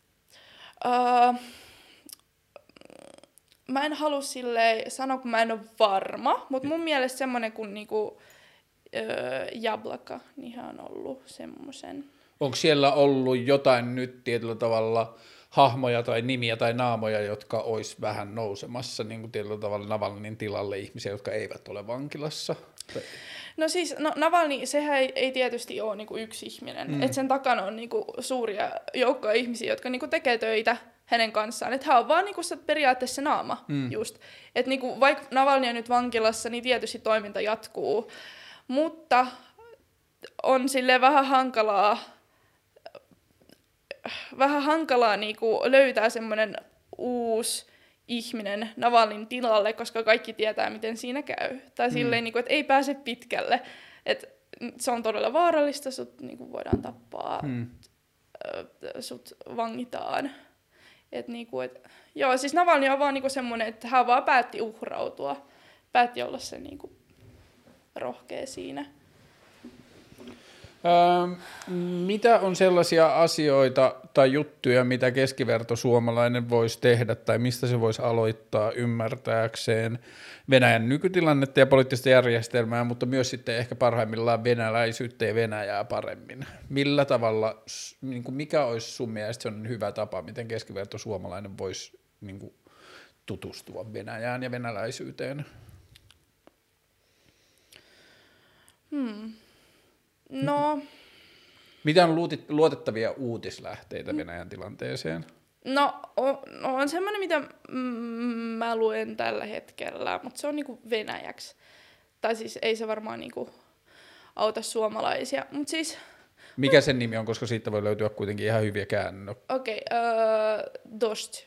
Uh, mä en halua silleen sanoa, kun mä en ole varma, mutta mun mielestä semmoinen kuin niinku Öö, Jablaka, niin hän on ollut semmoisen. Onko siellä ollut jotain nyt tietyllä tavalla hahmoja tai nimiä tai naamoja, jotka olisi vähän nousemassa niin kuin tietyllä tavalla Navalnyin tilalle ihmisiä, jotka eivät ole vankilassa? No siis no, Navalny, sehän ei, ei tietysti ole niinku yksi ihminen. Mm. Et sen takana on niinku suuria joukkoja ihmisiä, jotka niinku tekee töitä hänen kanssaan. Että hän on vaan niinku se periaatteessa se naama mm. just. Että niinku, vaikka Navalny on nyt vankilassa, niin tietysti toiminta jatkuu. Mutta on sille vähän hankalaa, vähän hankalaa niinku löytää semmoinen uusi ihminen Navalnyin tilalle, koska kaikki tietää, miten siinä käy. Tai mm. silleen, niinku, että ei pääse pitkälle. Et se on todella vaarallista, sut niinku, voidaan tappaa, mm. sut vangitaan. Et, niinku, et, joo, siis Navalny on vaan niinku semmoinen, että hän vaan päätti uhrautua. Päätti olla se niinku rohkea siinä. Öö, mitä on sellaisia asioita tai juttuja, mitä keskivertosuomalainen voisi tehdä tai mistä se voisi aloittaa ymmärtääkseen Venäjän nykytilannetta ja poliittista järjestelmää, mutta myös sitten ehkä parhaimmillaan venäläisyyttä ja Venäjää paremmin? Millä tavalla, niin kuin mikä olisi sun mielestä sellainen hyvä tapa, miten keskivertosuomalainen voisi niin kuin tutustua Venäjään ja venäläisyyteen? Hmm. No... Mitä on luotettavia uutislähteitä Venäjän tilanteeseen? No on, no on semmoinen, mitä mm, mä luen tällä hetkellä, mutta se on niinku venäjäksi. Tai siis ei se varmaan niinku auta suomalaisia, mut siis... Mikä sen nimi on, koska siitä voi löytyä kuitenkin ihan hyviä käännöksiä? Okei, okay, uh, Dost.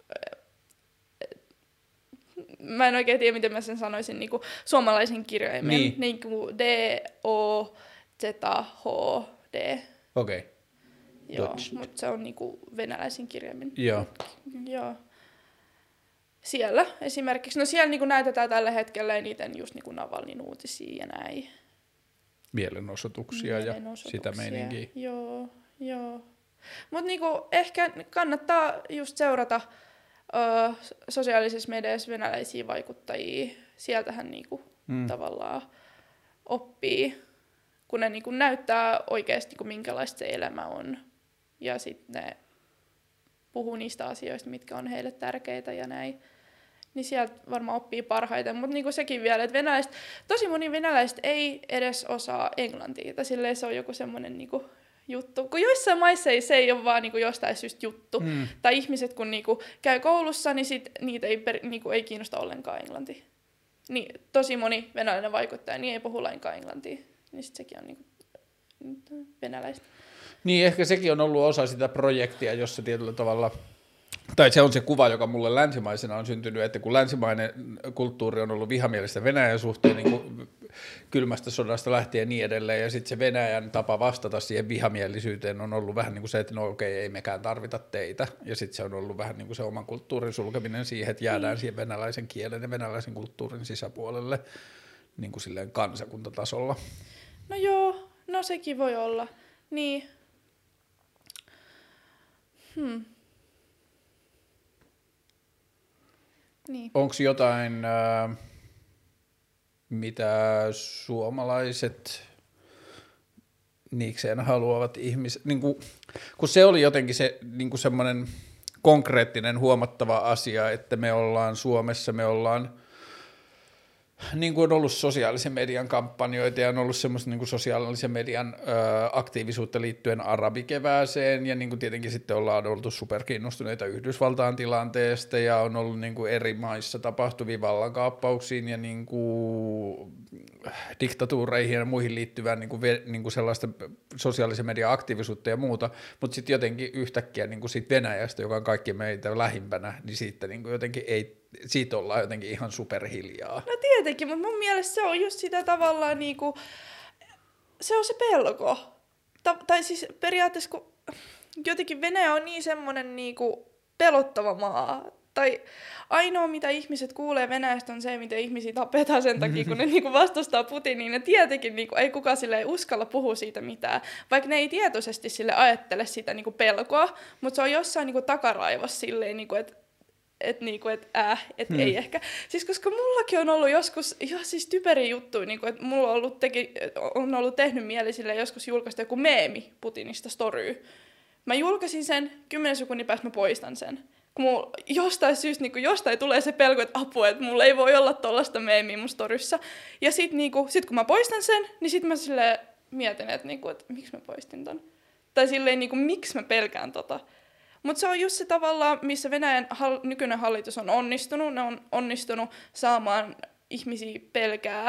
Mä en oikein tiedä, miten mä sen sanoisin niinku suomalaisen kirjaimen. Niin. Niinku D O Z H D. Okei. Okay. Joo, mutta se on niinku venäläisen kirjaimen. Joo. Joo. Siellä esimerkiksi, no siellä niinku näytetään tällä hetkellä eniten just niinku Navalnin uutisia ja näin. Mielenosoituksia, Mielenosoituksia ja sitä meininkiä. Joo, joo. Mutta niinku ehkä kannattaa just seurata ö, sosiaalisessa mediassa venäläisiä vaikuttajia. Sieltähän niinku mm. tavallaan oppii, kun ne niinku näyttää oikeasti, niinku, minkälaista se elämä on. Ja sitten ne puhuu niistä asioista, mitkä on heille tärkeitä ja näin. Niin sieltä varmaan oppii parhaiten. Mutta niinku sekin vielä, että venäläiset, tosi moni venäläiset ei edes osaa englantia. Tai silleen se on joku semmoinen niinku juttu. Kun joissain maissa ei, se ei ole vaan niinku jostain syystä juttu. Mm. Tai ihmiset kun niinku käy koulussa, niin sit niitä ei, per, niinku ei kiinnosta ollenkaan englantia. Niin tosi moni venäläinen vaikuttaja niin ei puhu lainkaan englantia. Niin sit sekin on niinku venäläistä. Niin, ehkä sekin on ollut osa sitä projektia, jossa tietyllä tavalla, tai se on se kuva, joka mulle länsimaisena on syntynyt, että kun länsimainen kulttuuri on ollut vihamielistä Venäjän suhteen, niin kuin kylmästä sodasta lähtien ja niin edelleen, ja sitten se Venäjän tapa vastata siihen vihamielisyyteen on ollut vähän niin kuin se, että no okei, ei mekään tarvita teitä, ja sitten se on ollut vähän niin kuin se oman kulttuurin sulkeminen siihen, että jäädään siihen venäläisen kielen ja venäläisen kulttuurin sisäpuolelle niin kuin silleen kansakuntatasolla. No joo, no sekin voi olla, niin. Hmm. Niin. Onko jotain, äh, mitä suomalaiset niikseen haluavat ihmiset, niin kuin, kun se oli jotenkin se niin kuin semmoinen konkreettinen huomattava asia, että me ollaan Suomessa, me ollaan niin kuin on ollut sosiaalisen median kampanjoita ja on ollut semmoista niin kuin sosiaalisen median ö, aktiivisuutta liittyen arabikevääseen ja niin kuin tietenkin sitten ollaan oltu superkiinnostuneita Yhdysvaltain tilanteesta ja on ollut niin kuin eri maissa tapahtuvia vallankaappauksiin ja niin kuin diktatuureihin ja muihin liittyvää niin kuin, niin kuin sellaista sosiaalisen median aktiivisuutta ja muuta, mutta sitten jotenkin yhtäkkiä niin kuin siitä Venäjästä, joka on kaikkien meitä lähimpänä, niin siitä niin kuin jotenkin ei siitä ollaan jotenkin ihan superhiljaa. No tietenkin, mutta mun mielestä se on just sitä tavallaan niinku, se on se pelko. Ta- tai siis periaatteessa, kun jotenkin Venäjä on niin semmoinen niinku pelottava maa. Tai ainoa, mitä ihmiset kuulee Venäjästä, on se, miten ihmisiä tapetaan sen takia, kun ne niinku vastustaa Putiniin. Ja tietenkin niinku, ei kukaan sille ei uskalla puhua siitä mitään, vaikka ne ei tietoisesti sille ajattele sitä niinku pelkoa, mutta se on jossain niinku takaraivossa silleen, niinku, että et niinku, et äh, et hmm. ei ehkä. Siis koska mullakin on ollut joskus ihan siis typeriä juttuja, niinku, että mulla on ollut, teki, on ollut tehnyt mieli silleen joskus julkaista joku meemi Putinista story. Mä julkaisin sen, kymmenen sekunnin päästä mä poistan sen. Kun mulla jostain syystä, niinku, jostain tulee se pelko, että apua, että mulla ei voi olla tollaista meemiä mun storyssa. Ja sit, niinku, sit kun mä poistan sen, niin sit mä silleen mietin, että niinku, et, miksi mä poistin ton. Tai silleen, niinku, miksi mä pelkään tota. Mutta se on just se tavallaan, missä Venäjän hal- nykyinen hallitus on onnistunut. Ne on onnistunut saamaan ihmisiä pelkää,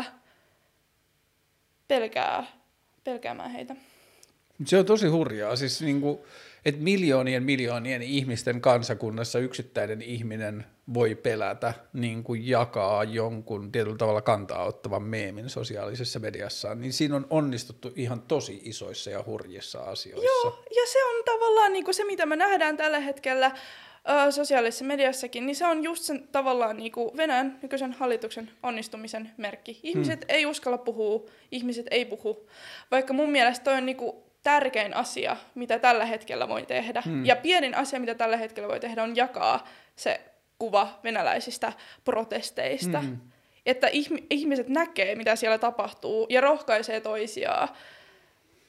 pelkää, pelkäämään heitä. Se on tosi hurjaa. Siis niinku, että miljoonien miljoonien ihmisten kansakunnassa yksittäinen ihminen voi pelätä niin kuin jakaa jonkun tietyllä tavalla kantaa ottavan meemin sosiaalisessa mediassaan, niin siinä on onnistuttu ihan tosi isoissa ja hurjissa asioissa. Joo, ja se on tavallaan niin kuin se, mitä me nähdään tällä hetkellä ö, sosiaalisessa mediassakin, niin se on just sen tavallaan niin kuin Venäjän nykyisen hallituksen onnistumisen merkki. Ihmiset hmm. ei uskalla puhua, ihmiset ei puhu, vaikka mun mielestä toi on niin kuin tärkein asia, mitä tällä hetkellä voi tehdä. Hmm. Ja pienin asia, mitä tällä hetkellä voi tehdä, on jakaa se kuva venäläisistä protesteista. Hmm. Että ihm- ihmiset näkee, mitä siellä tapahtuu, ja rohkaisee toisiaan.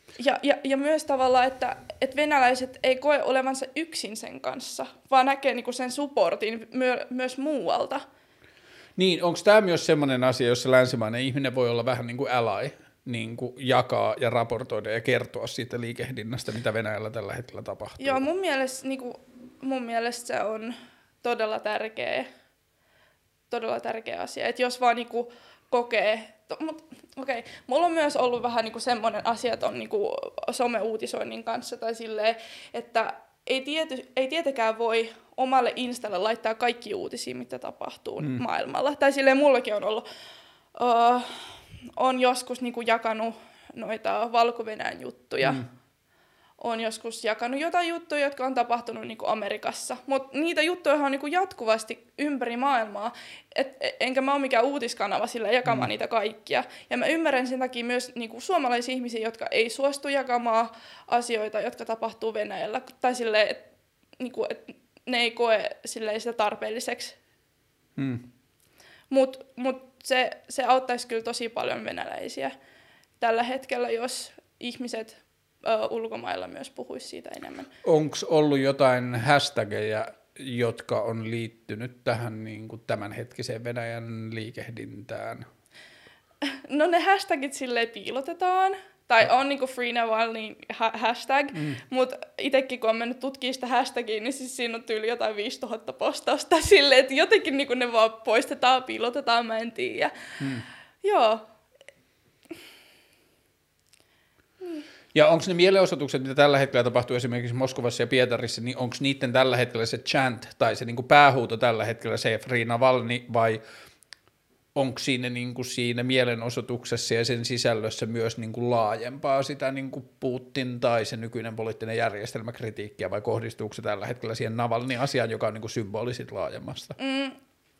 Ja, ja, ja myös tavallaan, että, että venäläiset ei koe olevansa yksin sen kanssa, vaan näkee niinku sen supportin myö, myös muualta. Niin, onko tämä myös semmoinen asia, jossa länsimainen ihminen voi olla vähän niin kuin ally, niin kuin jakaa ja raportoida ja kertoa siitä liikehdinnästä, mitä Venäjällä tällä hetkellä tapahtuu? Joo, mun mielestä, niin kuin, mun mielestä se on todella tärkeä, todella tärkeä asia. Että jos vaan niin kuin, kokee... To, mut, okei, okay. Mulla on myös ollut vähän niin kuin semmoinen asia ton niin kuin some-uutisoinnin kanssa, tai silleen, että ei, tiety, ei tietenkään voi omalle Installe laittaa kaikki uutisia, mitä tapahtuu mm. maailmalla. Tai silleen mullakin on ollut... Uh, on joskus niin kuin jakanut noita Valko-Venäjän juttuja. Mm. On joskus jakanut jotain juttuja, jotka on tapahtunut niin kuin Amerikassa. Mutta niitä juttuja on niin kuin jatkuvasti ympäri maailmaa. Et, enkä mä ole mikään uutiskanava sillä jakamaan mm. niitä kaikkia. Ja mä ymmärrän sen takia myös niin kuin suomalaisia ihmisiä, jotka ei suostu jakamaan asioita, jotka tapahtuu Venäjällä. Tai silleen, että niin kuin, et ne ei koe silleen sitä tarpeelliseksi. Mm. Mutta mut se, se auttaisi kyllä tosi paljon venäläisiä tällä hetkellä, jos ihmiset ö, ulkomailla myös puhuisi siitä enemmän. Onko ollut jotain hashtageja, jotka on liittynyt tähän niin kuin tämänhetkiseen Venäjän liikehdintään? No ne hashtagit silleen piilotetaan. Tai on niinku Free Navalny hashtag, mm. mutta itsekin kun on mennyt tutkimaan sitä hashtagia, niin siis siinä on tyyli jotain viisituhatta postausta silleen, että jotenkin niinku ne vaan poistetaan, piilotetaan, mä en tiedä. Mm. Joo. Mm. Ja onko ne mielenosoitukset, mitä tällä hetkellä tapahtuu esimerkiksi Moskovassa ja Pietarissa, niin onko niiden tällä hetkellä se chant tai se niinku päähuuto tällä hetkellä se Free Navalny vai... Onko siinä, niin kuin siinä mielenosoituksessa ja sen sisällössä myös niin kuin laajempaa sitä niin kuin Putin tai se nykyinen poliittinen järjestelmä kritiikkiä, vai kohdistuuko se tällä hetkellä siihen Navalny-asiaan, joka on niin kuin symboli sit laajemmasta? Mm.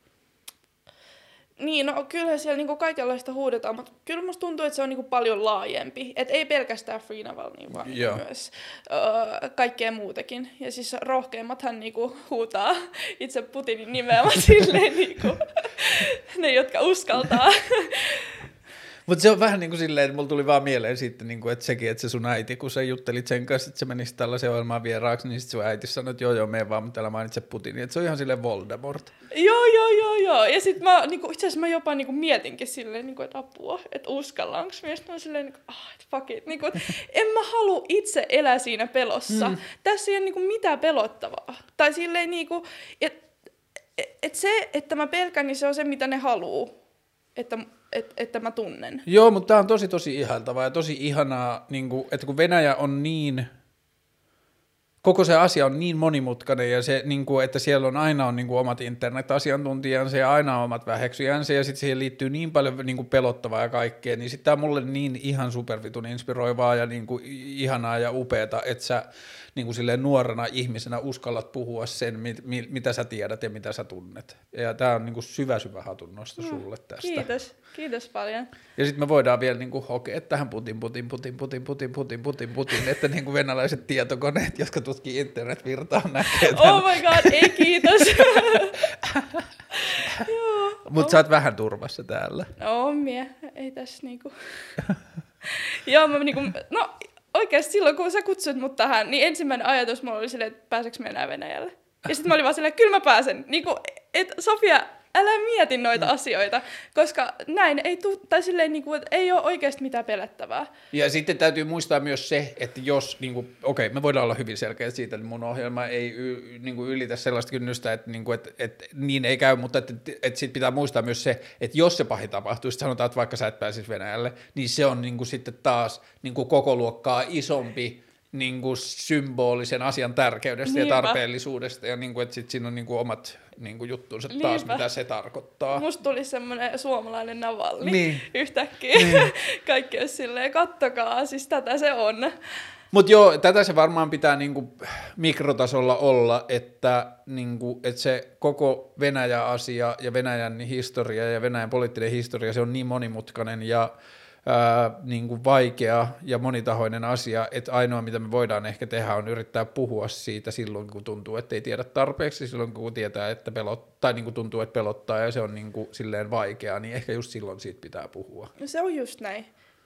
Niin, no kyllä siellä niinku kaikenlaista huudetaan, mutta kyllä musta tuntuu, että se on niinku paljon laajempi. Että ei pelkästään Free Navalny, vaan niinku myös öö, kaikkea muutakin. Ja siis rohkeimmathan niinku huutaa itse Putinin nimeä, vaan silleen niinku ne, jotka uskaltaa. Mutta se on vähän niin kuin silleen, että mulla tuli vaan mieleen sitten, niin kuin, että sekin, että se sun äiti, kun sä juttelit sen kanssa, että se menisi tällaisen ohjelmaan vieraaksi, niin sitten sun äiti sanoi, että joo joo, mene vaan, mutta täällä mainitse Putinin, että se on ihan silleen Voldemort. Joo, joo, joo, joo. Ja sitten mä, niinku, itse asiassa mä jopa niinku mietinkin silleen, niinku, että apua, että uskallanko myös. Mä oon silleen, niinku, ah, että fuck it. Niinku, että en mä halua itse elää siinä pelossa. Mm. Tässä ei ole niinku mitään pelottavaa. Tai silleen, niinku, että et, et se, että mä pelkään, niin se on se, mitä ne haluu. Että... Et, että mä tunnen. Joo, mutta tämä on tosi tosi ihailtavaa ja tosi ihanaa, niin kuin, että kun Venäjä on niin, koko se asia on niin monimutkainen ja se, niin kuin, että siellä on aina on niin kuin omat internet-asiantuntijansa ja aina on omat väheksyjänsä ja sitten siihen liittyy niin paljon niin kuin pelottavaa ja kaikkea, niin sitten tämä on mulle niin ihan supervitun inspiroivaa ja niin kuin ihanaa ja upeata, että sä niin kuin silleen nuorena ihmisenä uskallat puhua sen, mit, mit, mitä sä tiedät ja mitä sä tunnet. Ja tämä on niin kuin syvä syvä hatunnosto no, sulle tästä. Kiitos, kiitos paljon. Ja sitten me voidaan vielä niin kuin hokea tähän Putin, Putin, Putin, Putin, Putin, Putin, Putin, Putin, että niin kuin venäläiset tietokoneet, jotka tutkii internetvirtaa, näkee tämän. Oh my god, ei kiitos. Mutta sä oot vähän turvassa täällä. No on mie, ei tässä niinku. Joo, mä niinku, no oikeasti silloin kun sä kutsut mut tähän, niin ensimmäinen ajatus mulla oli silleen, että pääseekö me enää Venäjälle. Ja sitten mä olin vaan silleen, kyllä mä pääsen. Niinku, et Sofia, älä mieti noita mm. asioita, koska näin ei tuu, tai silleen, niinku, että ei ole oikeasti mitään pelättävää. Ja sitten täytyy muistaa myös se, että jos, niinku, okei, me voidaan olla hyvin selkeä siitä, että mun ohjelma ei y, niinku, ylitä sellaista kynnystä, että, niinku, että, että niin ei käy, mutta että, että sitten pitää muistaa myös se, että jos se pahin tapahtuu, sitten sanotaan, että vaikka sä et pääsisi Venäjälle, niin se on niinku, sitten taas niinku, koko luokkaa isompi niin kuin symbolisen asian tärkeydestä Niinpä. ja tarpeellisuudesta, ja niin kuin, että sitten siinä on niin kuin omat niin kuin juttunsa taas, Niinpä. mitä se tarkoittaa. Musta tuli semmoinen suomalainen Navalny niin. yhtäkkiä. Niin. Kaikki olisi silleen, kattokaa, siis tätä se on. Mutta joo, tätä se varmaan pitää niin kuin mikrotasolla olla, että, niin kuin, että se koko Venäjä-asia ja Venäjän historia ja Venäjän poliittinen historia, se on niin monimutkainen ja Ää, niin kuin vaikea ja monitahoinen asia, että ainoa mitä me voidaan ehkä tehdä on yrittää puhua siitä silloin, kun tuntuu, että ei tiedä tarpeeksi, silloin kun tietää, että pelottaa, tai niin kuin tuntuu, että pelottaa ja se on niin kuin silleen vaikeaa, niin ehkä just silloin siitä pitää puhua. No se on just näin.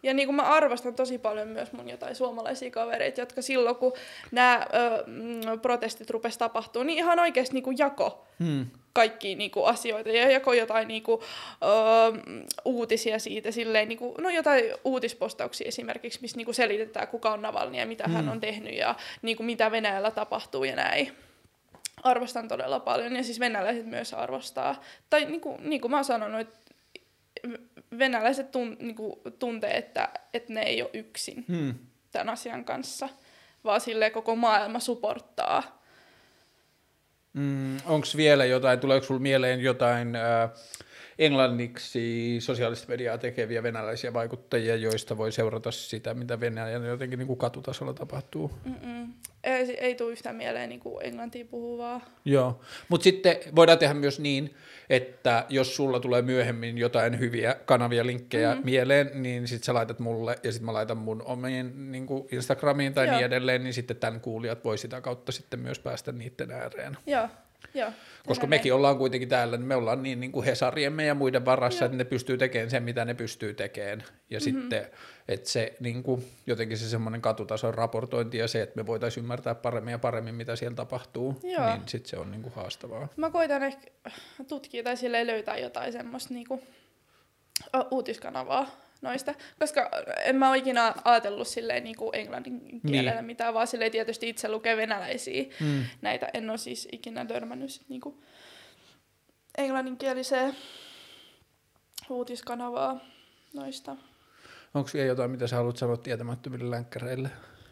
Ja niin kuin mä arvostan tosi paljon myös mun jotain suomalaisia kavereita, jotka silloin, kun nämä ö, protestit rupesi tapahtumaan, niin ihan oikeasti niin kuin jako hmm. kaikkia niin kuin asioita ja jako jotain niin kuin, ö, uutisia siitä, silleen, niin kuin, no jotain uutispostauksia esimerkiksi, missä niin kuin selitetään, kuka on Navalny ja mitä hmm. hän on tehnyt ja niin kuin, mitä Venäjällä tapahtuu ja näin. Arvostan todella paljon ja siis venäläiset myös arvostaa. Tai niin kuin, niin kuin mä oon sanonut, että venäläiset tun, niinku, tuntee, että, että ne ei ole yksin hmm. tämän asian kanssa, vaan silleen koko maailma supporttaa. Mm, onko vielä jotain, tuleeko sinulle mieleen jotain äh, englanniksi sosiaalista mediaa tekeviä venäläisiä vaikuttajia, joista voi seurata sitä, mitä Venäjän jotenkin niin kuin katutasolla tapahtuu? Mm-mm. Ei, ei tule yhtään mieleen niin kuin englantia puhuvaa. Joo, mutta sitten voidaan tehdä myös niin, että jos sulla tulee myöhemmin jotain hyviä kanavia, linkkejä mm-hmm. mieleen, niin sitten sä laitat mulle ja sitten mä laitan mun omiin niin kuin Instagramiin tai Joo. niin edelleen, niin sitten tämän kuulijat voi sitä kautta sitten myös päästä niiden ääreen. Joo. Joo, koska mekin näin. Ollaan kuitenkin täällä, niin me ollaan niin, niin kuin Hesariemme ja muiden varassa, Joo. että ne pystyy tekemään sen, mitä ne pystyy tekemään. Ja mm-hmm. sitten, että se niin kuin, jotenkin se semmoinen katutason raportointi ja se, että me voitaisiin ymmärtää paremmin ja paremmin, mitä siellä tapahtuu, Joo. niin sitten se on niin kuin haastavaa. Mä koitan ehkä tutkia tai silleen löytää jotain semmoista niin kuin uutiskanavaa noista, koska en mä ole ikinä ajatellut silleen niin kuin englannin kielellä niin. mitään, vaan silleen tietysti itse lukee venäläisiä mm. näitä. En ole siis ikinä törmännyt sit niin kuin englanninkieliseen uutiskanavaa noista. Onko vielä jotain, mitä sä haluat sanoa tietämättömille länkkäreille?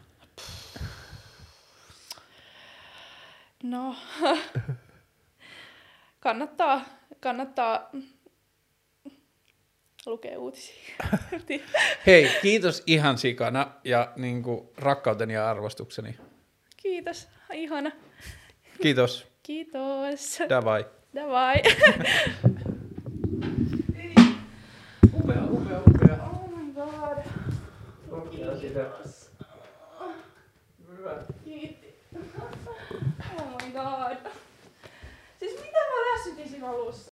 No, kannattaa, kannattaa lukee uutisia. Hei, kiitos ihan sikana ja niin kuin, rakkauteni ja arvostukseni. Kiitos, ihana. Kiitos. Kiitos. Davai. Davai. Upea, upea, upea. Oh my god. Kiitos. Hyvä. Kiitti. Oh my god. Siis mitä mä lässytin siinä alussa?